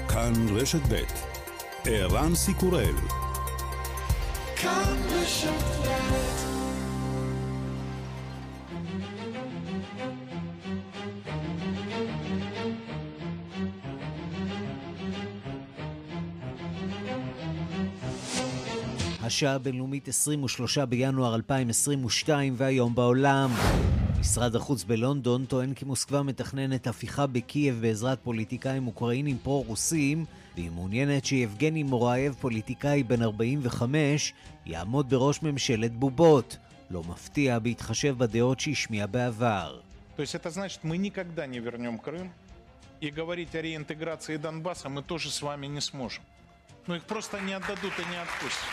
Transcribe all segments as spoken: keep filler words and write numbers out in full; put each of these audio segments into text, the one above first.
כאן רשת ב' ערן סיקורל. כאן רשת ב'. השעה הבינלאומית עשרים ושלושה בינואר אלפיים עשרים ושתיים, והיום בעולם. משרד החוץ בלונדון טוען כי מוסקבה מתכננת הפיכה בקייב בעזרת פוליטיקאים אוקראינים פרו-רוסים, והיא מעוניינת שיבגני מורייב, פוליטיקאי בן ארבעים וחמש, יעמוד בראש ממשלת בובות. לא מפתיע בהתחשב בדעות שהשמיע בעבר. То есть это значит, мы никогда не вернем Крым, и говорить о реинтеграции Донбасса мы тоже с вами не сможем. Но их просто не отдадут и не отпустят.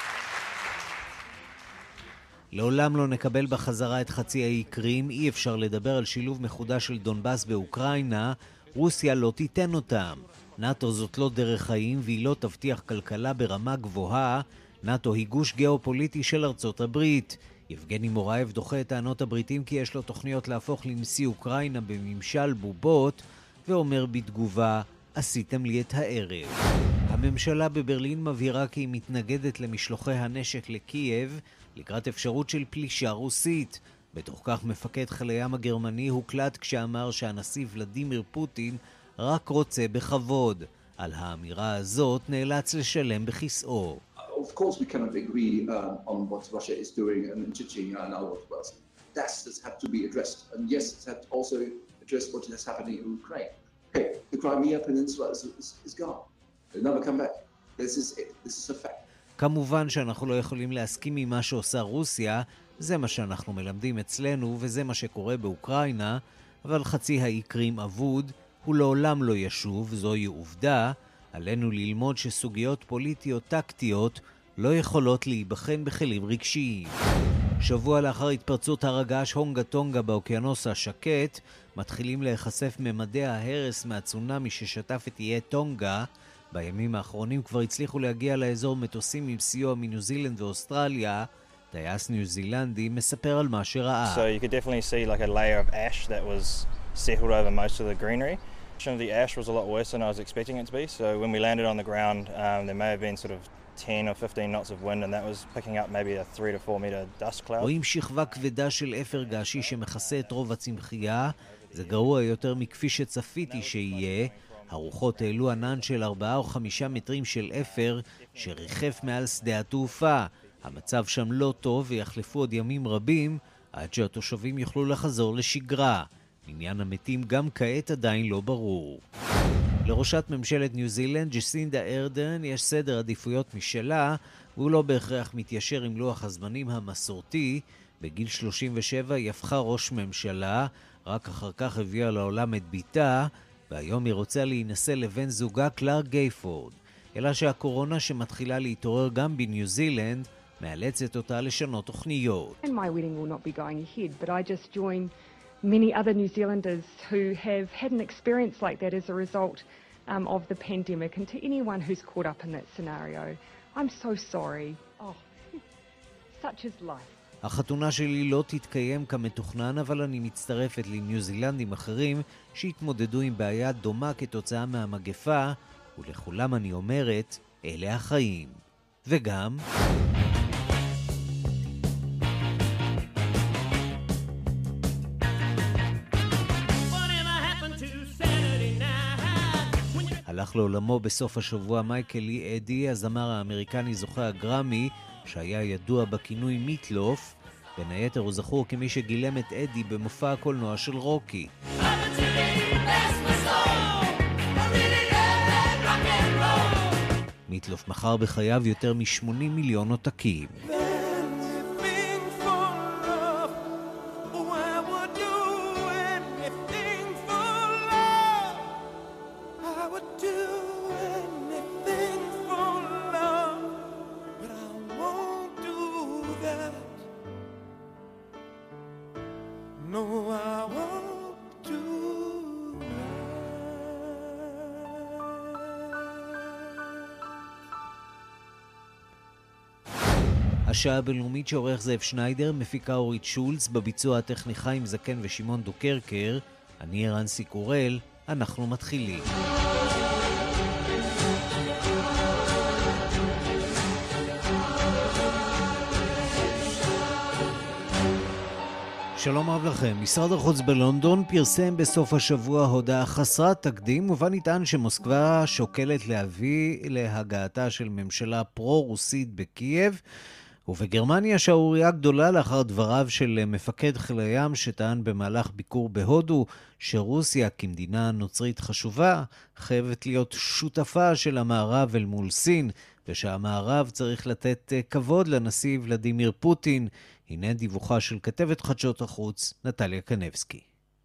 לעולם לא נקבל בחזרה את חצי האי קרים, אי אפשר לדבר על שילוב מחודש של דונבאס באוקראינה, רוסיה לא תיתן אותם. נאטו זאת לא דרך חיים והיא לא תבטיח כלכלה ברמה גבוהה, נאטו היא גוש גיאופוליטי של ארצות הברית. יבגני מורייב דוחה את טענות הבריטים כי יש לו תוכניות להפוך לנשיא אוקראינה בממשל בובות, ואומר בתגובה, עשיתם לי את הערב. הממשלה בברלין מבהירה כי היא מתנגדת למשלוחי הנשק לקייב, לקראת אפשרות של פלישה רוסית. בתוך כך מפקד חיל הים הגרמני הוקלט כשאמר שהנשיא ולדימיר פוטין רק רוצה בכבוד. על האמירה הזאת נאלץ לשלם בכיסאו. Of course we cannot agree uh, on what Russia is doing in Chechnya and all of us. That has had to be addressed. And yes, it had also addressed what is happening in Ukraine. Okay, the Crimea Peninsula is, is, is gone. They'll never come back. This is it. This is a fact. כמובן שאנחנו לא יכולים להסכים עם מה שעושה רוסיה, זה מה שאנחנו מלמדים אצלנו וזה מה שקורה באוקראינה, אבל חצי האי קרים אבוד, הוא לעולם לא ישוב, זוהי עובדה, עלינו ללמוד שסוגיות פוליטיות טקטיות לא יכולות להיבחן בכלים רגשיים. שבוע לאחר התפרצות הר הגעש הונגה טונגה באוקיינוס השקט, מתחילים להיחשף ממדי ההרס מהצונאמי ששטף את איי טונגה. בימים האחרונים כבר הצליחו להגיע לאזור מטוסים עם סיוע מניו זילנד ואוסטרליה. טייס ניו זילנדי מספר על מה שראה. So you could definitely see like a layer of ash that was settled over most of the greenery. The ash was a lot worse than I was expecting it to be. So when we landed on the ground, um, there may have been sort of ten or fifteen knots of wind and that was picking up maybe a three to four meter dust cloud. רואים שכבה כבדה של אפר געשי שמכסה את רוב הצמחייה. זה גרוע יותר מכפי שצפיתי שיהיה. הרוחות העלו ענן של ארבעה או חמישה מטרים של אפר שריחף מעל שדה התעופה. המצב שם לא טוב ויחלפו עוד ימים רבים עד שהתושבים יוכלו לחזור לשגרה. עניין המתים גם כעת עדיין לא ברור. לראשת ממשלת ניו זילנד, ג'סינדה ארדרן, יש סדר עדיפויות משלה, והוא לא בהכרח מתיישר עם לוח הזמנים המסורתי. בגיל שלושים ושבע היא הפכה ראש ממשלה, רק אחר כך הביאה לעולם את ביתה, והיום היא רוצה להינשא לבן זוגה קלארק גייפורד. אלא שהקורונה שמתחילה להתעורר גם בניו זילנד, מאלצת אותה לשנות תוכניות. And my wedding will not be going ahead, but I just join many other New Zealanders who have had an experience like that as a result um, of the pandemic. And to anyone who's caught up in that scenario, I'm so sorry. Oh, such is life. החתונה שלי לא תתקיים כמתוכנן, אבל אני מצטרפת לניו זילנדים אחרים שהתמודדו עם בעיה דומה כתוצאה מהמגפה, ולכולם אני אומרת, אלה החיים. וגם הלך לעולמו בסוף השבוע מייקל לי אדי, הזמר האמריקני זוכה הגרמי, שהיה ידוע בכינוי מיטלוף. בין היתר הוא זכור כמי שגילם את אדי במופע הקולנוע של רוקי. מיטלוף מכר בחייו יותר מ-שמונים מיליון עותקים. השעה הבינלאומית שעורך זאב שניידר, מפיקה אורית שולץ, בביצוע הטכני חיים זקן ושמעון דוקרקר. אני ערן סיקורל, אנחנו מתחילים. שלום רב לכם. משרד החוץ בלונדון פרסם בסוף השבוע הודעה חסרת תקדים, ובה נטען שמוסקבה שוקלת להביא להגעתה של ממשלה פרו-רוסית בקייב, ובגרמניה שערוריה גדולה לאחר דבריו של מפקד חיל הים שטען במהלך ביקור בהודו שרוסיה כמדינה נוצרית חשובה חייבת להיות שותפה של המערב אל מול סין, ושהמערב צריך לתת כבוד לנשיא ולדימיר פוטין. הנה דיווחה של כתבת חדשות החוץ נטליה קנבסקי.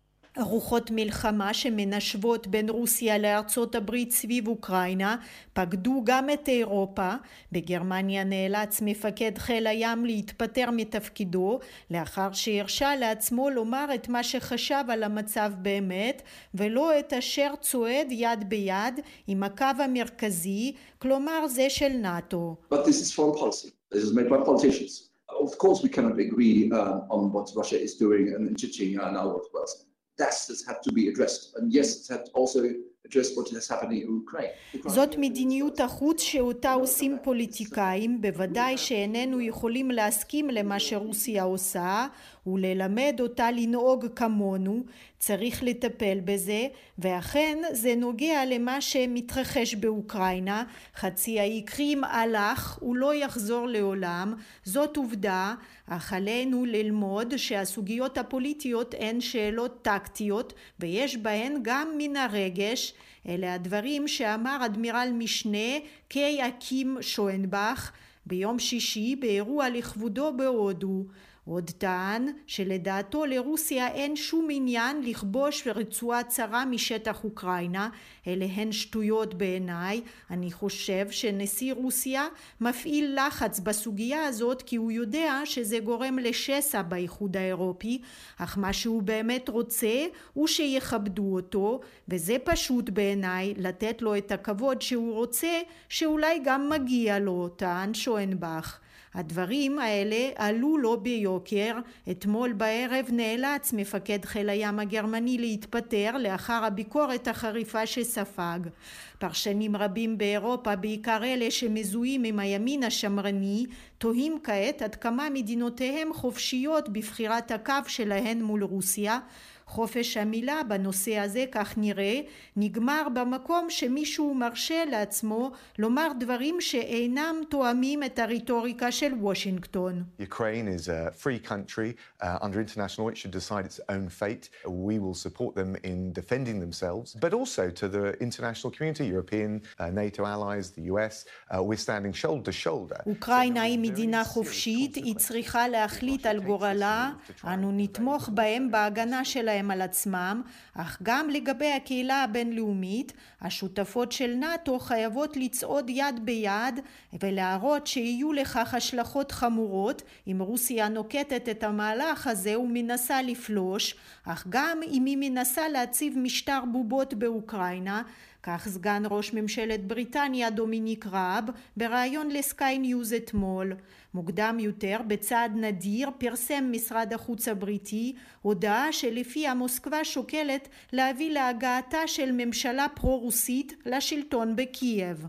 רוחות מלחמה שמנשבות בין רוסיה לארצות הברית סביב אוקראינה פקדו גם את אירופה. בגרמניה נאלץ מפקד חיל הים להתפטר מתפקידו לאחר שהרשה לעצמו לומר את מה שחשב על המצב באמת ולא את אשר צועד יד ביד עם הקו המרכזי, כלומר זה של נאטו. But this is foreign policy. This is made by politicians. Of course we cannot agree uh, on what Russia is doing in Chechnya and our world. That has to be addressed. And yes, it has also addressed what is happening in Ukraine. זאת מדיניות החוץ שאותה עושים פוליטיקאים, בוודאי שאיננו יכולים להסכים למה שרוסיה עושה וללמד אותה לנהוג כמונו. צריך לטפל בזה, ואכן זה נוגע למה שמתרחש באוקראינה. חצי האי קרים הלך, הוא לא יחזור לעולם, זאת עובדה, אך עלינו ללמוד שהסוגיות הפוליטיות הן שאלות טקטיות, ויש בהן גם מן הרגש. אלה הדברים שאמר אדמירל משנה קיי אקים שוינבך ביום שישי באירוע לכבודו בהודו. עוד טען שלדעתו לרוסיה אין שום עניין לכבוש רצועה צרה משטח אוקראינה. אלה הן שטויות בעיניי. אני חושב שנשיא רוסיה מפעיל לחץ בסוגיה הזאת כי הוא יודע שזה גורם לשסע באיחוד האירופי, אך מה שהוא באמת רוצה הוא שיכבדו אותו, וזה פשוט בעיניי לתת לו את הכבוד שהוא רוצה, שאולי גם מגיע לו, טען שוינבך. הדברים האלה עלו לו ביוקר. אתמול בערב נאלץ מפקד חיל הים הגרמני להתפטר לאחר הביקורת החריפה שספג. פרשנים רבים באירופה, בעיקר אלה שמזוהים עם הימין השמרני, תוהים כעת עד כמה מדינותיהם חופשיות בבחירת הקו שלהן מול רוסיה. חופש המילה בנושא הזה, כך נראה, נגמר במקום שמישהו מרשה לעצמו לומר דברים שאינם תואמים את הרטוריקה של וושינגטון. Ukraine is a free country uh, under international law. It should decide its own fate. We will support them in defending themselves, but also to the international community, European, uh, NATO allies, the U S. Uh, we're standing shoulder to shoulder. אוקראינה היא מדינה חופשית, היא צריכה להחליט על גורלה. אנו נתמוך בהם בהגנה שלהם על עצמם, אך גם לגבי הקהילה הבינלאומית, השותפות של נאטו חייבות לצעוד יד ביד ולהראות שיהיו לכך השלכות חמורות אם רוסיה נוקטת את המהלך הזה ומנסה לפלוש, אך גם אם היא מנסה להציב משטר בובות באוקראינה, כך סגן ראש ממשלת בריטניה דומיניק ראב בראיון לסקיי ניוז אתמול. מוקדם יותר, בצעד נדיר, פרסם משרד החוץ הבריטי הודעה שלפיה מוסקבה שוקלת להביא להגעתה של ממשלה פרו-רוסית לשלטון בקייב.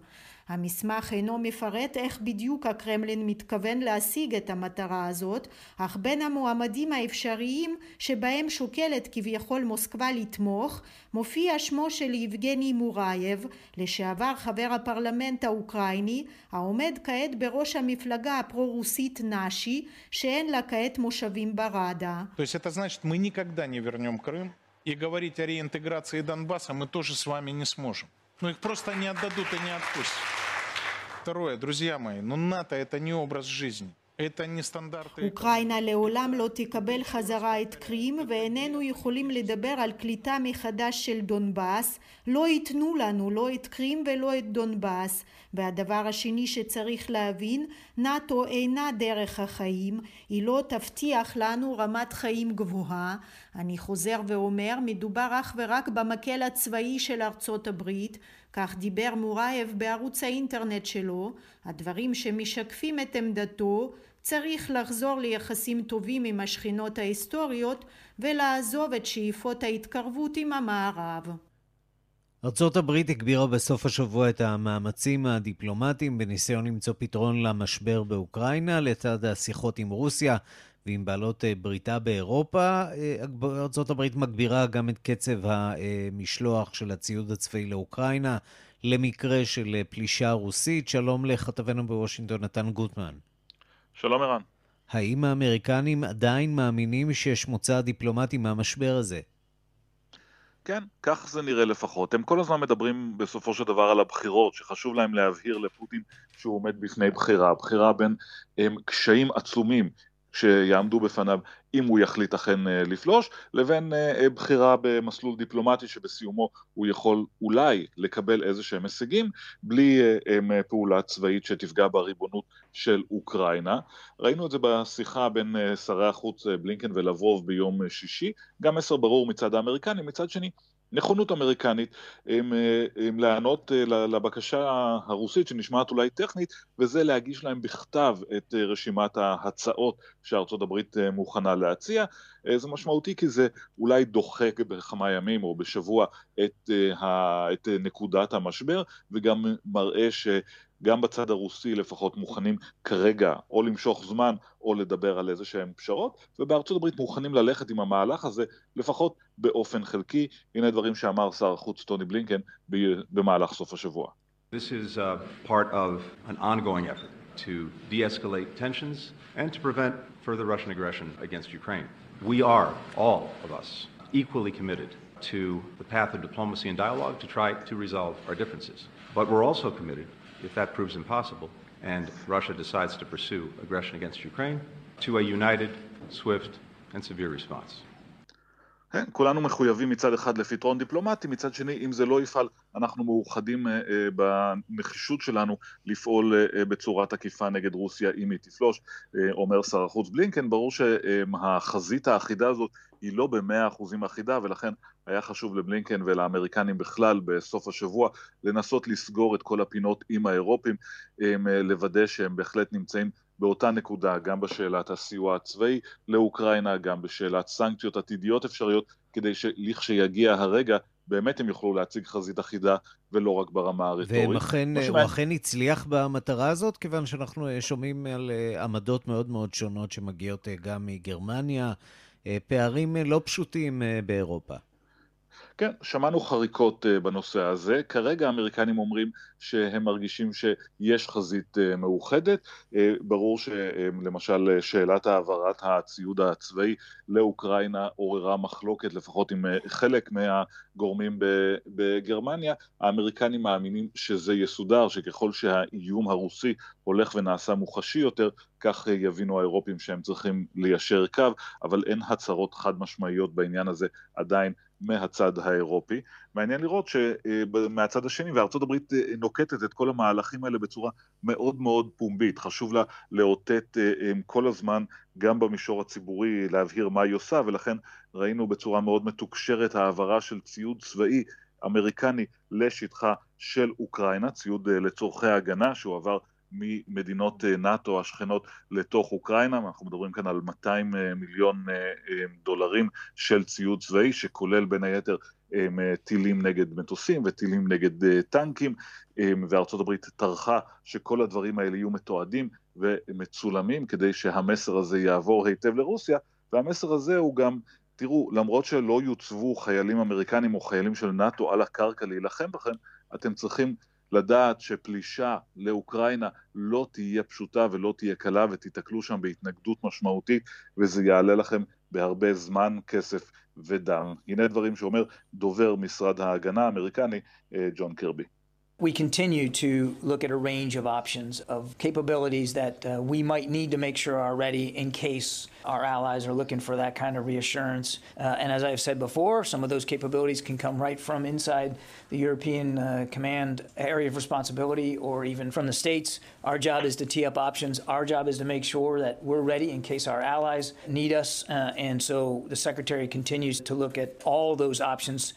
המסמך אינו מפרט איך בדיוק הקרמלין מתכוון להשיג את המטרה הזאת, אך בין המועמדים האפשריים שבהם שוקלת כביכול מוסקבה לתמוך, מופיע שמו של יבגני מורייב, לשעבר חבר הפרלמנט האוקראיני, העומד כעת בראש המפלגה הפרו-רוסית נאשי, שאין לה כעת מושבים ברדה. То есть это значит, мы никогда не вернем Крым, и говорить о реинтеграции Донбасса мы тоже с вами не сможем. Ну их просто не отдадут и не отпустят. Второе, друзья мои, ну НАТО это не образ жизни. אוקראינה לעולם לא תקבל חזרה את קרים, ואיננו יכולים לדבר על קליטה מחדש של דונבאס. לא ייתנו לנו לא את קרים ולא את דונבאס. והדבר השני שצריך להבין, נאטו אינה דרך החיים, היא לא תבטיח לנו רמת חיים גבוהה. אני חוזר ואומר, מדובר אך ורק במקל הצבאי של ארצות הברית, כך דיבר מורייב בערוץ האינטרנט שלו. הדברים שמשקפים את עמדתו, צריך לחזור ליחסים טובים עם השכנות ההיסטוריות ולעזוב את שאיפות ההתקרבות עם המערב. ארצות הברית הגבירה בסוף השבוע את המאמצים הדיפלומטיים בניסיון למצוא פתרון למשבר באוקראינה לצד השיחות עם רוסיה ועם בעלות בריתה באירופה. ארצות הברית מגבירה גם את קצב המשלוח של הציוד הצבאי לאוקראינה, למקרה של פלישה רוסית. שלום לכתבנו בוושינגטון, נתן גוטמן. שלום ערן. האם האמריקנים עדיין מאמינים שיש מוצא דיפלומטי מהמשבר הזה? כן, כך זה נראה לפחות. הם כל הזמן מדברים בסופו של דבר על הבחירות, שחשוב להם להבהיר לפוטין שהוא עומד בפני בחירה. בחירה בין הם, קשיים עצומים שיעמדו בפניו אם הוא יחליט אכן לפלוש, לבין בחירה במסלול דיפלומטי שבסיומו הוא יכול אולי לקבל איזה שהם הישגים, בלי פעולה צבאית שתפגע בריבונות של אוקראינה. ראינו את זה בשיחה בין שרי החוץ בלינקן ולברוב ביום שישי, גם מסר ברור מצד האמריקני, מצד שני, נכונות אמריקנית הם, הם לענות לבקשה הרוסית שנשמעת אולי טכנית, וזה להגיש להם בכתב את רשימת ההצעות שארצות הברית מוכנה להציע. זה משמעותי כי זה אולי דוחק בכמה ימים או בשבוע את, את נקודת המשבר, וגם מראה ש... גם בצד הרוסי לפחות מוכנים כרגע או למשוך זמן או לדבר על איזה שהם פשרות, ובארצות הברית מוכנים ללכת עם המהלך הזה לפחות באופן חלקי. הנה דברים שאמר שר החוץ טוני בלינקן במהלך סוף השבוע. This is uh, part of an ongoing effort to de-escalate tensions and to prevent further Russian aggression against Ukraine. We are, all of us, equally committed to the path of diplomacy and dialogue to try to resolve our differences. But we're also committed, if that proves impossible, and Russia decides to pursue aggression against Ukraine, to a united, swift, and severe response. כן, כולנו מחויבים מצד אחד לפתרון דיפלומטי, מצד שני, אם זה לא יפעל, אנחנו מאוחדים אה, בנחישות שלנו לפעול אה, בצורה תקיפה נגד רוסיה אם היא תפלוש, אה, אומר שר החוץ בלינקן. ברור שהחזית האחידה הזאת היא לא במאה אחוזים אחידה, ולכן היה חשוב לבלינקן ולאמריקנים בכלל בסוף השבוע לנסות לסגור את כל הפינות עם האירופים, אה, לוודא שהם בהחלט נמצאים באותה נקודה, גם בשאלת הסיוע הצבאי לאוקראינה, גם בשאלת סנקציות עתידיות אפשריות, כדי שלכשיגיע הרגע, באמת הם יוכלו להציג חזית אחידה, ולא רק ברמה הרטורית. והוא אכן הצליח במטרה הזאת, כיוון שאנחנו שומעים על עמדות מאוד מאוד שונות, שמגיעות גם מגרמניה, פערים לא פשוטים באירופה. כן, שמענו חריקות בנושא הזה. כרגע האמריקנים אומרים שהם מרגישים שיש חזית מאוחדת. ברור שלמשל שאלת העברת הציוד הצבאי לאוקראינה עוררה מחלוקת, לפחות עם חלק מהגורמים בגרמניה. האמריקנים מאמינים שזה יסודר, שככל שהאיום הרוסי הולך ונעשה מוחשי יותר, כך יבינו האירופים שהם צריכים ליישר קו, אבל אין הצהרות חד משמעיות בעניין הזה עדיין מהצד האירופי. מעניין לראות שמהצד השני, וארצות הברית נוקטת את כל המהלכים האלה בצורה מאוד מאוד פומבית. חשוב לה לאותת כל הזמן, גם במישור הציבורי, להבהיר מה היא עושה, ולכן ראינו בצורה מאוד מתוקשרת העברה של ציוד צבאי אמריקני לשטחה של אוקראינה, ציוד לצורכי הגנה שהוא עבר ממדינות נאטו השכנות לתוך אוקראינה. אנחנו מדברים כאן על מאתיים מיליון דולרים של ציוד צבאי, שכולל בין היתר טילים נגד מטוסים וטילים נגד טנקים, וארצות הברית טרחה שכל הדברים האלה יהיו מתועדים ומצולמים, כדי שהמסר הזה יעבור היטב לרוסיה. והמסר הזה הוא גם, תראו, למרות שלא יוצבו חיילים אמריקנים או חיילים של נאטו על הקרקע להילחם בכם, אתם צריכים לדעת שפלישה לאוקראינה לא תהיה פשוטה ולא תהיה קלה, ותתקלו שם בהתנגדות משמעותית, וזה יעלה לכם בהרבה זמן, כסף ודם. הנה דברים שאומר דובר משרד ההגנה האמריקני, ג'ון קרבי. We continue to look at a range of options of capabilities that uh, we might need to make sure are ready in case our allies are looking for that kind of reassurance. Uh, and as I have said before, some of those capabilities can come right from inside the European uh, command area of responsibility, or even from the States. Our job is to tee up options. Our job is to make sure that we're ready in case our allies need us. Uh, and so the Secretary continues to look at all those options.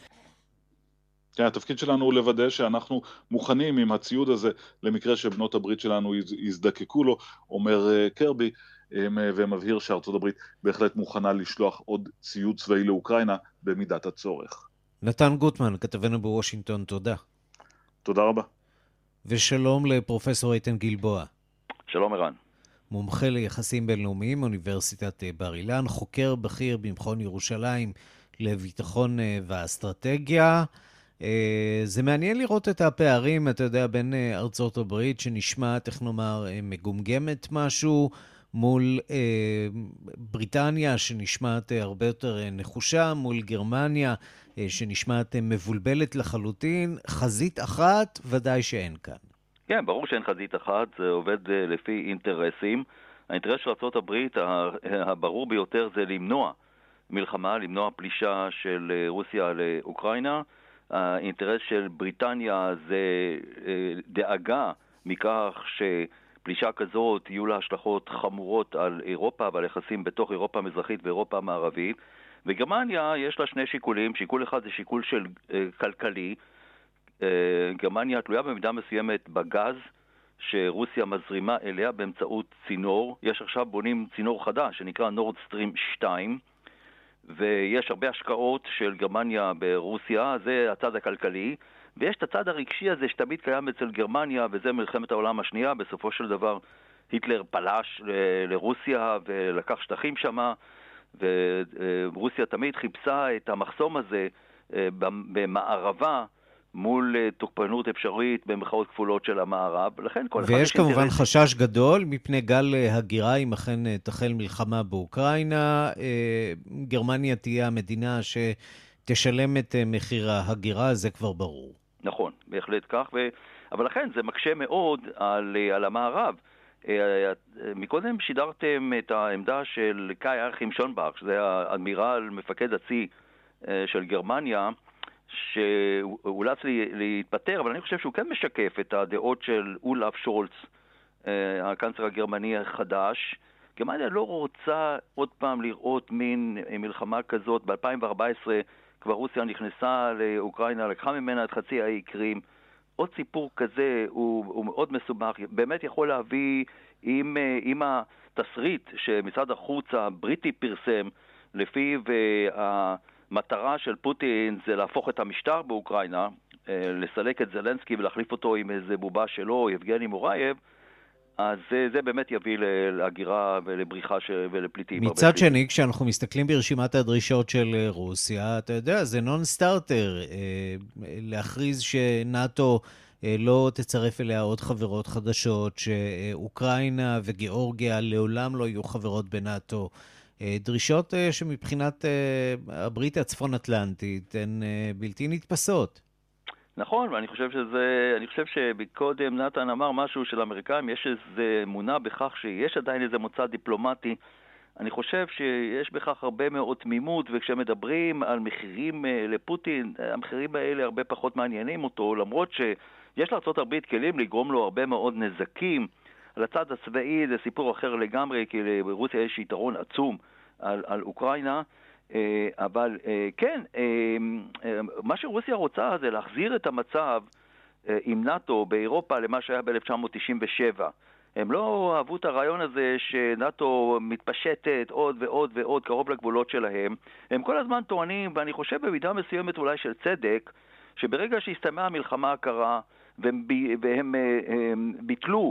כן, התפקיד שלנו הוא לוודא שאנחנו מוכנים עם הציוד הזה למקרה שבנות הברית שלנו יזדקקו לו, אומר קרבי, ומבהיר שארצות הברית בהחלט מוכנה לשלוח עוד ציוד צבאי לאוקראינה במידת הצורך. נתן גוטמן, כתבנו בוושינגטון, תודה. תודה רבה. ושלום לפרופסור איתן גלבוע. שלום ערן. מומחה ליחסים בינלאומיים, אוניברסיטת בר אילן, חוקר בכיר במכון ירושלים לביטחון ואסטרטגיה. זה מעניין לראות את הפערים, אתה יודע, בין ארצות הברית שנשמעת, איך נאמר, מגומגמת משהו, מול אה, בריטניה שנשמעת הרבה יותר נחושה, מול גרמניה אה, שנשמעת מבולבלת לחלוטין. חזית אחת ודאי שאין כאן. כן, ברור שאין חזית אחת, זה עובד אה, לפי אינטרסים. האינטרס של ארצות הברית הברור ביותר זה למנוע מלחמה, למנוע פלישה של אה, רוסיה לאוקראינה. האינטרס של בריטניה זה אה, דאגה מכך ש... פלישה כזאת יהיו לה השלכות חמורות על אירופה ועל יחסים בתוך אירופה המזרחית ואירופה המערבית. וגרמניה יש לה שני שיקולים. שיקול אחד זה שיקול של אה, כלכלי. אה, גרמניה תלויה במידה מסוימת בגז שרוסיה מזרימה אליה באמצעות צינור. יש עכשיו בונים צינור חדש שנקרא נורד סטרים שתיים, ויש הרבה השקעות של גרמניה ברוסיה, זה הצד הכלכלי. ויש את הצד הרגשי הזה שתמיד קיים אצל גרמניה, וזה מלחמת העולם השנייה. בסופו של דבר היטלר פלש ל- לרוסיה ולקח שטחים שמה, ורוסיה תמיד חיפשה את המחסום הזה במערבה מול תוקפנות אפשרית במחאות כפולות של המערב. לכן כל ויש כמובן אינטרס... חשש גדול מפני גל הגירה, אם אכן תחל מלחמה באוקראינה. גרמניה תהיה המדינה שתשלם את מחיר ההגירה, זה כבר ברור. נכון, בהחלט כך, ו... אבל לכן זה מקשה מאוד על, על המערב. מקודם שידרתם את העמדה של קאי ארכים שונבאך, שזה האדמירל מפקד הצי של גרמניה, שאולץ להתפטר, אבל אני חושב שהוא כן משקף את הדעות של אולף שולץ, הקנצלר הגרמני החדש. גרמניה לא רוצה עוד פעם לראות מין מלחמה כזאת. ב-אלפיים וארבע עשרה כבר רוסיה נכנסה לאוקראינה, לקחה ממנה את חצי האי קרים. עוד סיפור כזה הוא, הוא מאוד מסובך, באמת יכול להביא עם, עם התסריט שמשרד החוץ הבריטי פרסם, לפיו המטרה של פוטין זה להפוך את המשטר באוקראינה, לסלק את זלנסקי ולהחליף אותו עם איזה בובה שלו, יבגני מורייב. אז זה, זה באמת יביא להגירה ולבריחה ש... ולפליטים. מצד שני, כשאנחנו מסתכלים ברשימת הדרישות של רוסיה, אתה יודע, זה נון סטארטר, להכריז שנאטו לא תצרף אליה עוד חברות חדשות, שאוקראינה וגיאורגיה לעולם לא יהיו חברות בנאטו. דרישות שמבחינת הברית הצפון-אטלנטית הן בלתי נתפסות. נכון, ואני חושב שזה, אני חושב שבקודם נתן אמר משהו של האמריקאים, יש איזו אמונה בכך שיש עדיין איזה מוצא דיפלומטי. אני חושב שיש בכך הרבה מאוד תמימות, וכשמדברים על מחירים לפוטין, המחירים האלה הרבה פחות מעניינים אותו, למרות שיש לארצות הברית כלים לגרום לו הרבה מאוד נזקים. על הצד הצבאי זה סיפור אחר לגמרי, כי לרוסיה יש יתרון עצום על, על אוקראינה. אבל כן, מה שרוסיה רוצה זה להחזיר את המצב עם נאטו באירופה למה שהיה ב-אלף תשע מאות תשעים ושבע. הם לא אהבו את הרעיון הזה שנאטו מתפשטת עוד ועוד ועוד קרוב לגבולות שלהם. הם כל הזמן טוענים, ואני חושב במידה מסוימת אולי של צדק, שברגע שהסתיימה המלחמה הקרה והם, והם ביטלו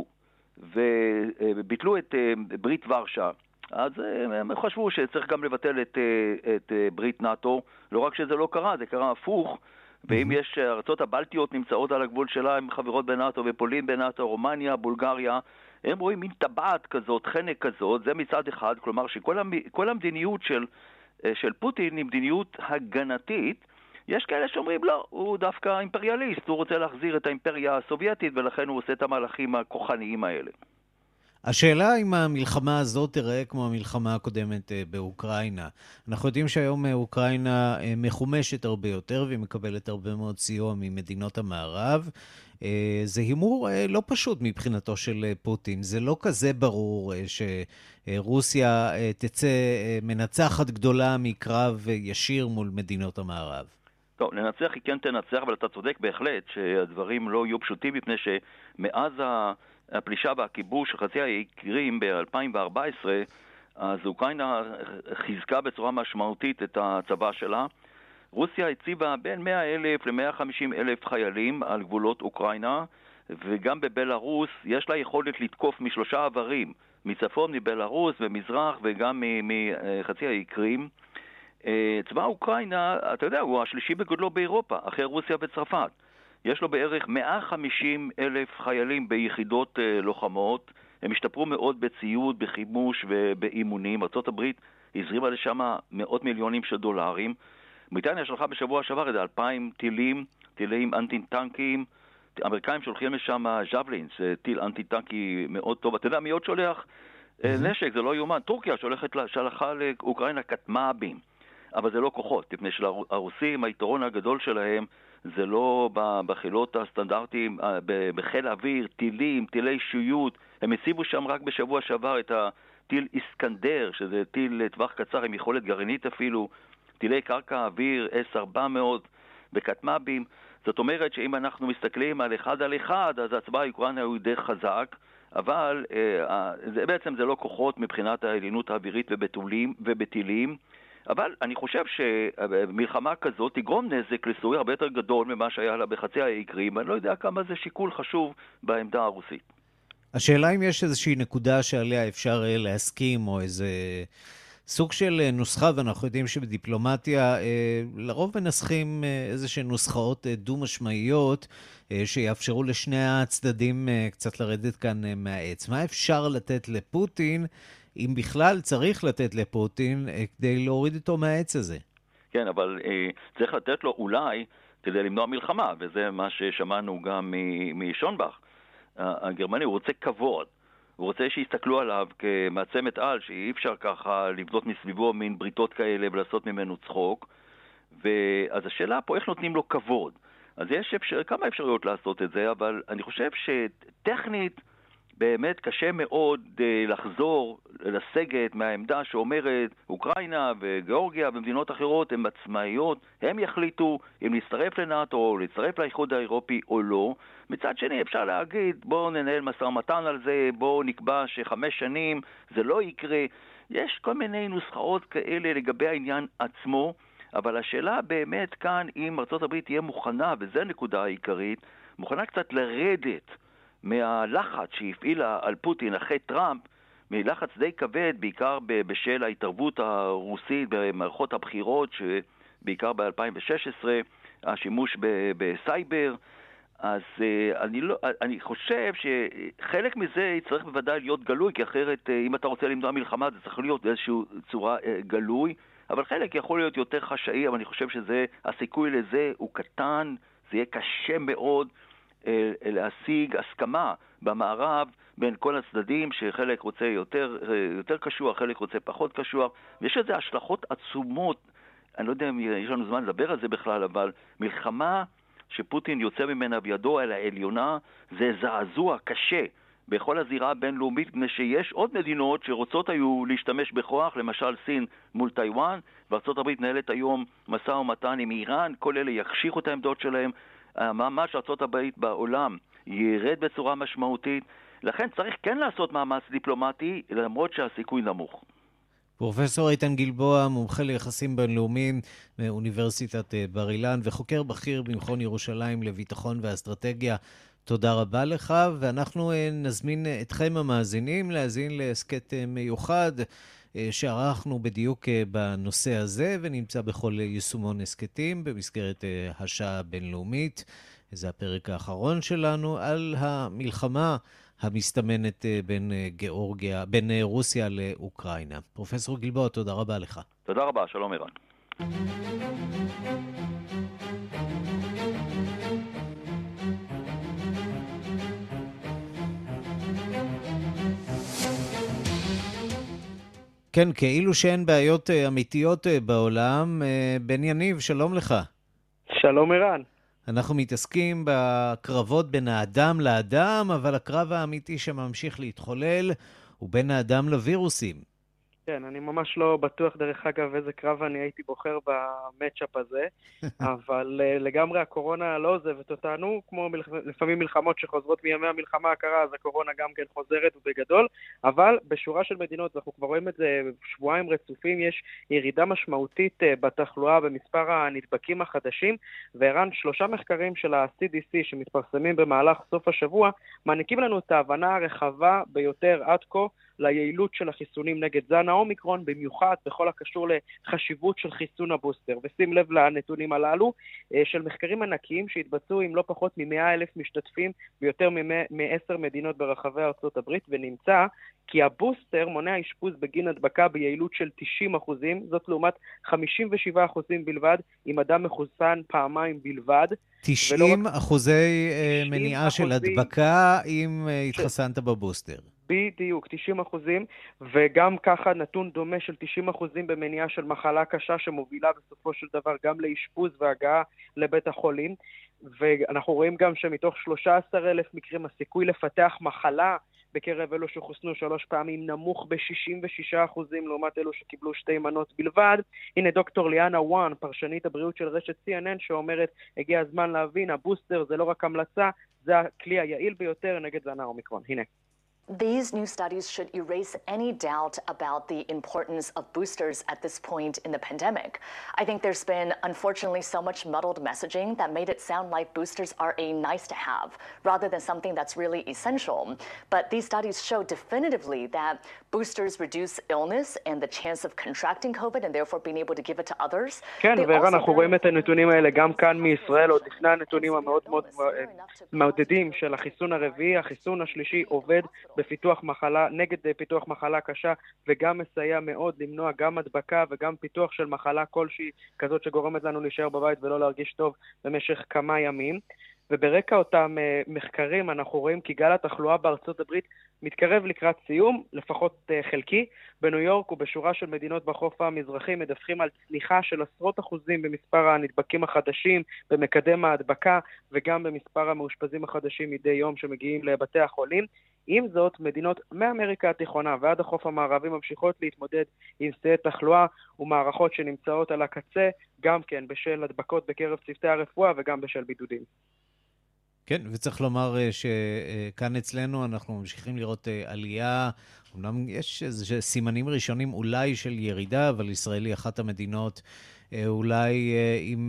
וביטלו את ברית ורשה, אז הם חשבו שצריך גם לבטל את, את ברית נאטו. לא רק שזה לא קרה, זה קרה הפוך. ואם יש ארצות הבלטיות נמצאות על הגבול שלה, הם חברות בנאטו, ופולין בנאטו, רומניה, בולגריה, הם רואים מין טבעת כזאת, חנק כזאת, זה מצד אחד. כלומר שכל המדיניות של, של פוטין היא מדיניות הגנתית. יש כאלה שאומרים לא, הוא דווקא אימפריאליסט, הוא רוצה להחזיר את האימפריה הסובייטית, ולכן הוא עושה את המהלכים הכוחניים האלה. השאלה אם המלחמה הזאת תראה כמו המלחמה הקודמת באוקראינה. אנחנו יודעים שהיום אוקראינה מחומשת הרבה יותר, והיא מקבלת הרבה מאוד סיוע ממדינות המערב. זה הימור לא פשוט מבחינתו של פוטין. זה לא כזה ברור שרוסיה תצא מנצחת גדולה מקרב ישיר מול מדינות המערב. טוב, לנצח היא כן תנצח, אבל אתה צודק בהחלט שהדברים לא יהיו פשוטים, מפני שמאז ה... הפלישה והכיבוש של חצי האי קרים ב-אלפיים וארבע עשרה, אז אוקראינה חיזקה בצורה משמעותית את הצבא שלה. רוסיה הציבה בין מאה אלף ל-מאה וחמישים אלף חיילים על גבולות אוקראינה, וגם בבלרוס יש לה יכולת לתקוף משלושה עברים, מצפון, מבלרוס ומזרח וגם מחצי האי קרים. צבא אוקראינה, אתה יודע, הוא השלישי בגודלו באירופה, אחרי רוסיה וצרפת. יש לו בערך מאה וחמישים אלף חיילים ביחידות לוחמות. הם השתפרו מאוד בציוד, בחימוש ובאימונים. ארצות הברית הזרימה לשם מאות מיליונים של דולרים. בריטניה שלחה בשבוע שעבר את אלפיים טילים, טילים אנטי-טנקיים. האמריקאים שולחים לשם ז'בלינס, טיל אנטי-טנקי מאוד טוב. אתה יודע מי עוד שולח? נשק, זה לא יומן. טורקיה שולחת, שלחה לאוקראינה כטמ"בים. אבל זה לא כוחות, לפני שהרוסים, היתרון הגדול שלהם זה לא בחילות הסטנדרטיים, בחיל האוויר, טילים, טילי שיוט. הם הציבו שם רק בשבוע שעבר את הטיל איסקנדר, שזה טיל לטווח קצר עם יכולת גרעינית אפילו, טילי קרקע אוויר אס ארבע מאות וכטמ"בים. זאת אומרת שאם אנחנו מסתכלים על אחד על אחד, אז הצבא האוקראיני הוא די חזק, אבל אה, זה, בעצם זה לא כוחות מבחינת העליונות האווירית ובטילים, ובטילים. אבל אני חושב שמלחמה כזאת תגרום נזק לסוריה הרבה יותר גדול ממה שהיה לה בחצי האי קרים. אני לא יודע כמה זה שיקול חשוב בעמדה הרוסית. השאלה אם יש איזושהי נקודה שעליה אפשר להסכים, או איזה סוג של נוסחה, ואנחנו יודעים שבדיפלומטיה לרוב מנסחים איזושהי נוסחאות דו-משמעיות שיאפשרו לשני הצדדים קצת לרדת כאן מהעץ. מה אפשר לתת לפוטין, אם בכלל צריך לתת לפוטין, כדי להוריד אותו מהעץ הזה? כן, אבל אה, צריך לתת לו אולי כדי למנוע מלחמה, וזה מה ששמענו גם משונבך. הגרמני, הוא רוצה כבוד, הוא רוצה שיסתכלו עליו כמעצמת על, שאי אפשר ככה לבנות מסביבו מין בריתות כאלה ולעשות ממנו צחוק. ואז השאלה פה, איך נותנים לו כבוד? אז יש אפשר, כמה אפשרויות לעשות את זה, אבל אני חושב שטכנית, באמת קשה מאוד uh, לחזור לסגת מהעמדה שאומרת אוקראינה וגיאורגיה ומדינות אחרות הן עצמאיות, הם יחליטו אם להצטרף לנאטו או להצטרף לאיחוד האירופי או לא. מצד שני אפשר להגיד בואו ננהל משא ומתן על זה, בואו נקבע שחמש שנים זה לא יקרה. יש כל מיני נוסחאות כאלה לגבי העניין עצמו, אבל השאלה באמת כאן אם ארצות הברית תהיה מוכנה, וזו הנקודה העיקרית, מוכנה קצת לרדת מהלחץ שהפעילה על פוטין אחרי טראמפ, מלחץ די כבד, בעיקר בשל ההתערבות הרוסית במערכות הבחירות, שבעיקר ב-אלפיים ושש עשרה, השימוש בסייבר. אז אני, לא, אני חושב שחלק מזה צריך בוודאי להיות גלוי, כי אחרת אם אתה רוצה למנוע מלחמה זה צריך להיות באיזושהי צורה גלוי, אבל חלק יכול להיות יותר חשאי, אבל אני חושב שהסיכוי לזה הוא קטן, זה יהיה קשה מאוד להשיג הסכמה במערב בין כל הצדדים, שחלק רוצה יותר, יותר קשוח, חלק רוצה פחות קשוח, ויש איזה השלכות עצומות, אני לא יודע אם יש לנו זמן לדבר על זה בכלל, אבל מלחמה שפוטין יוצא ממנה בידו אל העליונה, זה זעזוע קשה בכל הזירה הבינלאומית, מפני שיש עוד מדינות שרוצות היו להשתמש בכוח, למשל סין מול טיואן, וארצות הברית נהלת היום משא ומתן עם איראן, כל אלה יקשיחו את העמדות שלהם, המאמץ של ארצות הברית בעולם ירד בצורה משמעותית, לכן צריך כן לעשות מאמץ דיפלומטי, למרות שהסיכוי נמוך. פרופסור איתן גלבוע, מומחה ליחסים בינלאומיים מאוניברסיטת בר אילן, וחוקר בכיר במכון ירושלים לביטחון ואסטרטגיה, תודה רבה לך, ואנחנו נזמין אתכם המאזינים להאזין להסכת מיוחד שערכנו בדיוק בנושא הזה, ונמצא בכל יישומון הסכתים במסגרת השעה הבינלאומית. זה הפרק האחרון שלנו על המלחמה המסתמנת בין גיאורגיה, בין רוסיה לאוקראינה. פרופסור גלבוע, תודה רבה לך. תודה רבה, שלום ערן. כן, כאילו שאין בעיות אמיתיות בעולם. בן יניב, שלום לך. שלום ערן. אנחנו מתעסקים בקרבות בין האדם לאדם, אבל הקרב האמיתי שממשיך להתחולל הוא בין האדם לווירוסים. כן, אני ממש לא בטוח דרך אגב איזה קרב אני הייתי בוחר במאצ'אפ הזה, אבל לגמרי הקורונה לא עוזבת אותנו, כמו לפעמים מלחמות שחוזרות מימי המלחמה הקרה, אז הקורונה גם כן חוזרת ובגדול, אבל בשורה של מדינות, אנחנו כבר רואים את זה שבועיים רצופים, יש ירידה משמעותית בתחלואה במספר הנדבקים החדשים, וערן שלושה מחקרים של ה-סי די סי שמתפרסמים במהלך סוף השבוע, מעניקים לנו את ההבנה הרחבה ביותר עד כה, ליעילות של החיסונים נגד זן האומיקרון, במיוחד בכל הקשור לחשיבות של חיסון הבוסטר. ושים לב לנתונים הללו של מחקרים ענקיים שהתבצעו עם לא פחות מ-מאה אלף משתתפים ביותר מ-עשר מדינות ברחבי ארצות הברית, ונמצא כי הבוסטר מונע אשפוז בגין הדבקה ביעילות של תשעים אחוזים, זאת לעומת חמישים ושבעה אחוזים בלבד, אם אדם מחוסן פעמיים בלבד. תשעים אחוזי מניעה של הדבקה אם התחסנת בבוסטר. בדיוק, תשעים אחוזים, וגם ככה נתון דומה של תשעים אחוזים במניעה של מחלה קשה שמובילה בסופו של דבר גם לאשפוז והגעה לבית החולים, ואנחנו רואים גם שמתוך שלושה עשר אלף מקרים הסיכוי לפתח מחלה בקרב אלו שחוסנו שלוש פעמים נמוך ב-שישים ושישה אחוזים לעומת אלו שקיבלו שתי מנות בלבד. הנה דוקטור ליאנה וואן, פרשנית הבריאות של רשת סי אן אן, שאומרת, הגיע הזמן להבין, הבוסטר זה לא רק המלצה, זה הכלי היעיל ביותר נגד זן האומיקרון. הנה. These new studies should erase any doubt about the importance of boosters at this point in the pandemic. I think there's been, unfortunately, so much muddled messaging that made it sound like boosters are a nice-to-have rather than something that's really essential. But these studies show definitively that boosters reduce illness and the chance of contracting COVID and therefore being able to give it to others. כן, וערן, אנחנו רואים את הנתונים האלה גם כאן מישראל, עוד לפני הנתונים המאוד מאוד מעודדים של החיסון הרביעי. החיסון השלישי עובד בפיתוח מחלה, נגד פיתוח מחלה קשה, וגם מסייע מאוד למנוע גם הדבקה וגם פיתוח של מחלה כלשהי כזאת שגורמת לנו להישאר בבית ולא להרגיש טוב במשך כמה ימים. וברקע אותם uh, מחקרים אנחנו רואים כי גל התחלואה בארצות הברית מתקרב לקראת סיום, לפחות uh, חלקי. בניו יורק ובשורה של מדינות בחוף המזרחי מדווחים על צניחה של עשרות אחוזים במספר הנדבקים החדשים, במקדם ההדבקה וגם במספר המאושפזים החדשים מדי יום שמגיעים לבתי החולים. עם זאת, מדינות מאמריקה התיכונה ועד החוף המערבי ממשיכות להתמודד עם שיאי תחלואה ומערכות שנמצאות על הקצה, גם כן בשל הדבקות בקרב צוותי הרפואה וגם בשל בידודים. כן, וצריך לומר שכאן אצלנו אנחנו ממשיכים לראות עלייה, אמנם יש איזה סימנים ראשונים אולי של ירידה, אבל ישראל היא אחת המדינות אולי עם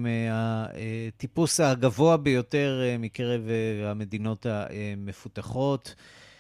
הטיפוס הגבוה ביותר מקרב המדינות המפותחות.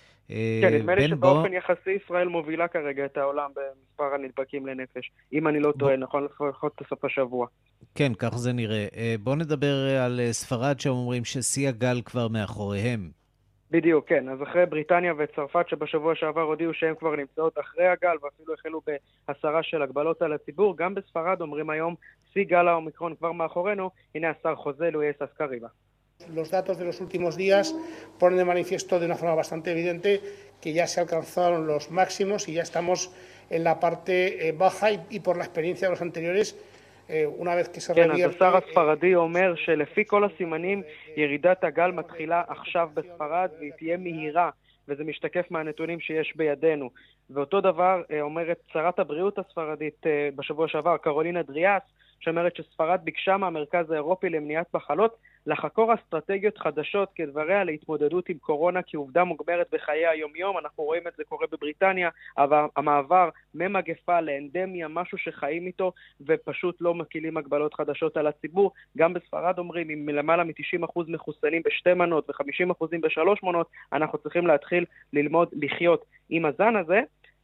כן, נדמה לי שבאופן יחסי ישראל מובילה כרגע את העולם במספר הנדבקים לנפש, אם אני לא טועה, נכון לפחות בסוף השבוע. כן, כך זה נראה. בואו נדבר על ספרד שאומרים ששיא הגל כבר מאחוריהם. בדיוק, כן. אז אחרי בריטניה וצרפת שבשבוע שעבר הודיעו שהם כבר נמצאות אחרי הגל ואפילו החלו בהסרה של הגבלות על הציבור, גם בספרד אומרים היום שיא גל האומיקרון כבר מאחורינו. הנה השר חוזה לואיס אסקריבה. Los datos de los últimos días ponen de manifiesto de una forma bastante evidente que ya se alcanzaron los máximos y ya estamos en la parte eh, baja y, y por la experiencia de los anteriores, eh, una vez que se revierte... כן, אז השר הספרדי אומר שלפי כל הסימנים ירידת הגל מתחילה עכשיו בספרד והיא תהיה מהירה, וזה משתקף מהנתונים שיש בידינו. ואותו דבר אומרת שרת הבריאות הספרדית בשבוע שעבר, קרולינה דריאס, שאומרת שספרד ביקשה מהמרכז האירופי למניעת מחלות לחקור אסטרטגיות חדשות כדבריה להתמודדות עם קורונה כעובדה מוגמרת בחיי היום-יום. אנחנו רואים את זה קורה בבריטניה, אבל המעבר ממגפה לאנדמיה, משהו שחיים איתו ופשוט לא מקילים הגבלות חדשות על הציבור. גם בספרד אומרים, עם למעלה מ-תשעים אחוז מחוסנים בשתי מנות ו-חמישים אחוז בשלוש מנות, אנחנו צריכים להתחיל ללמוד לחיות עם הזן הזה.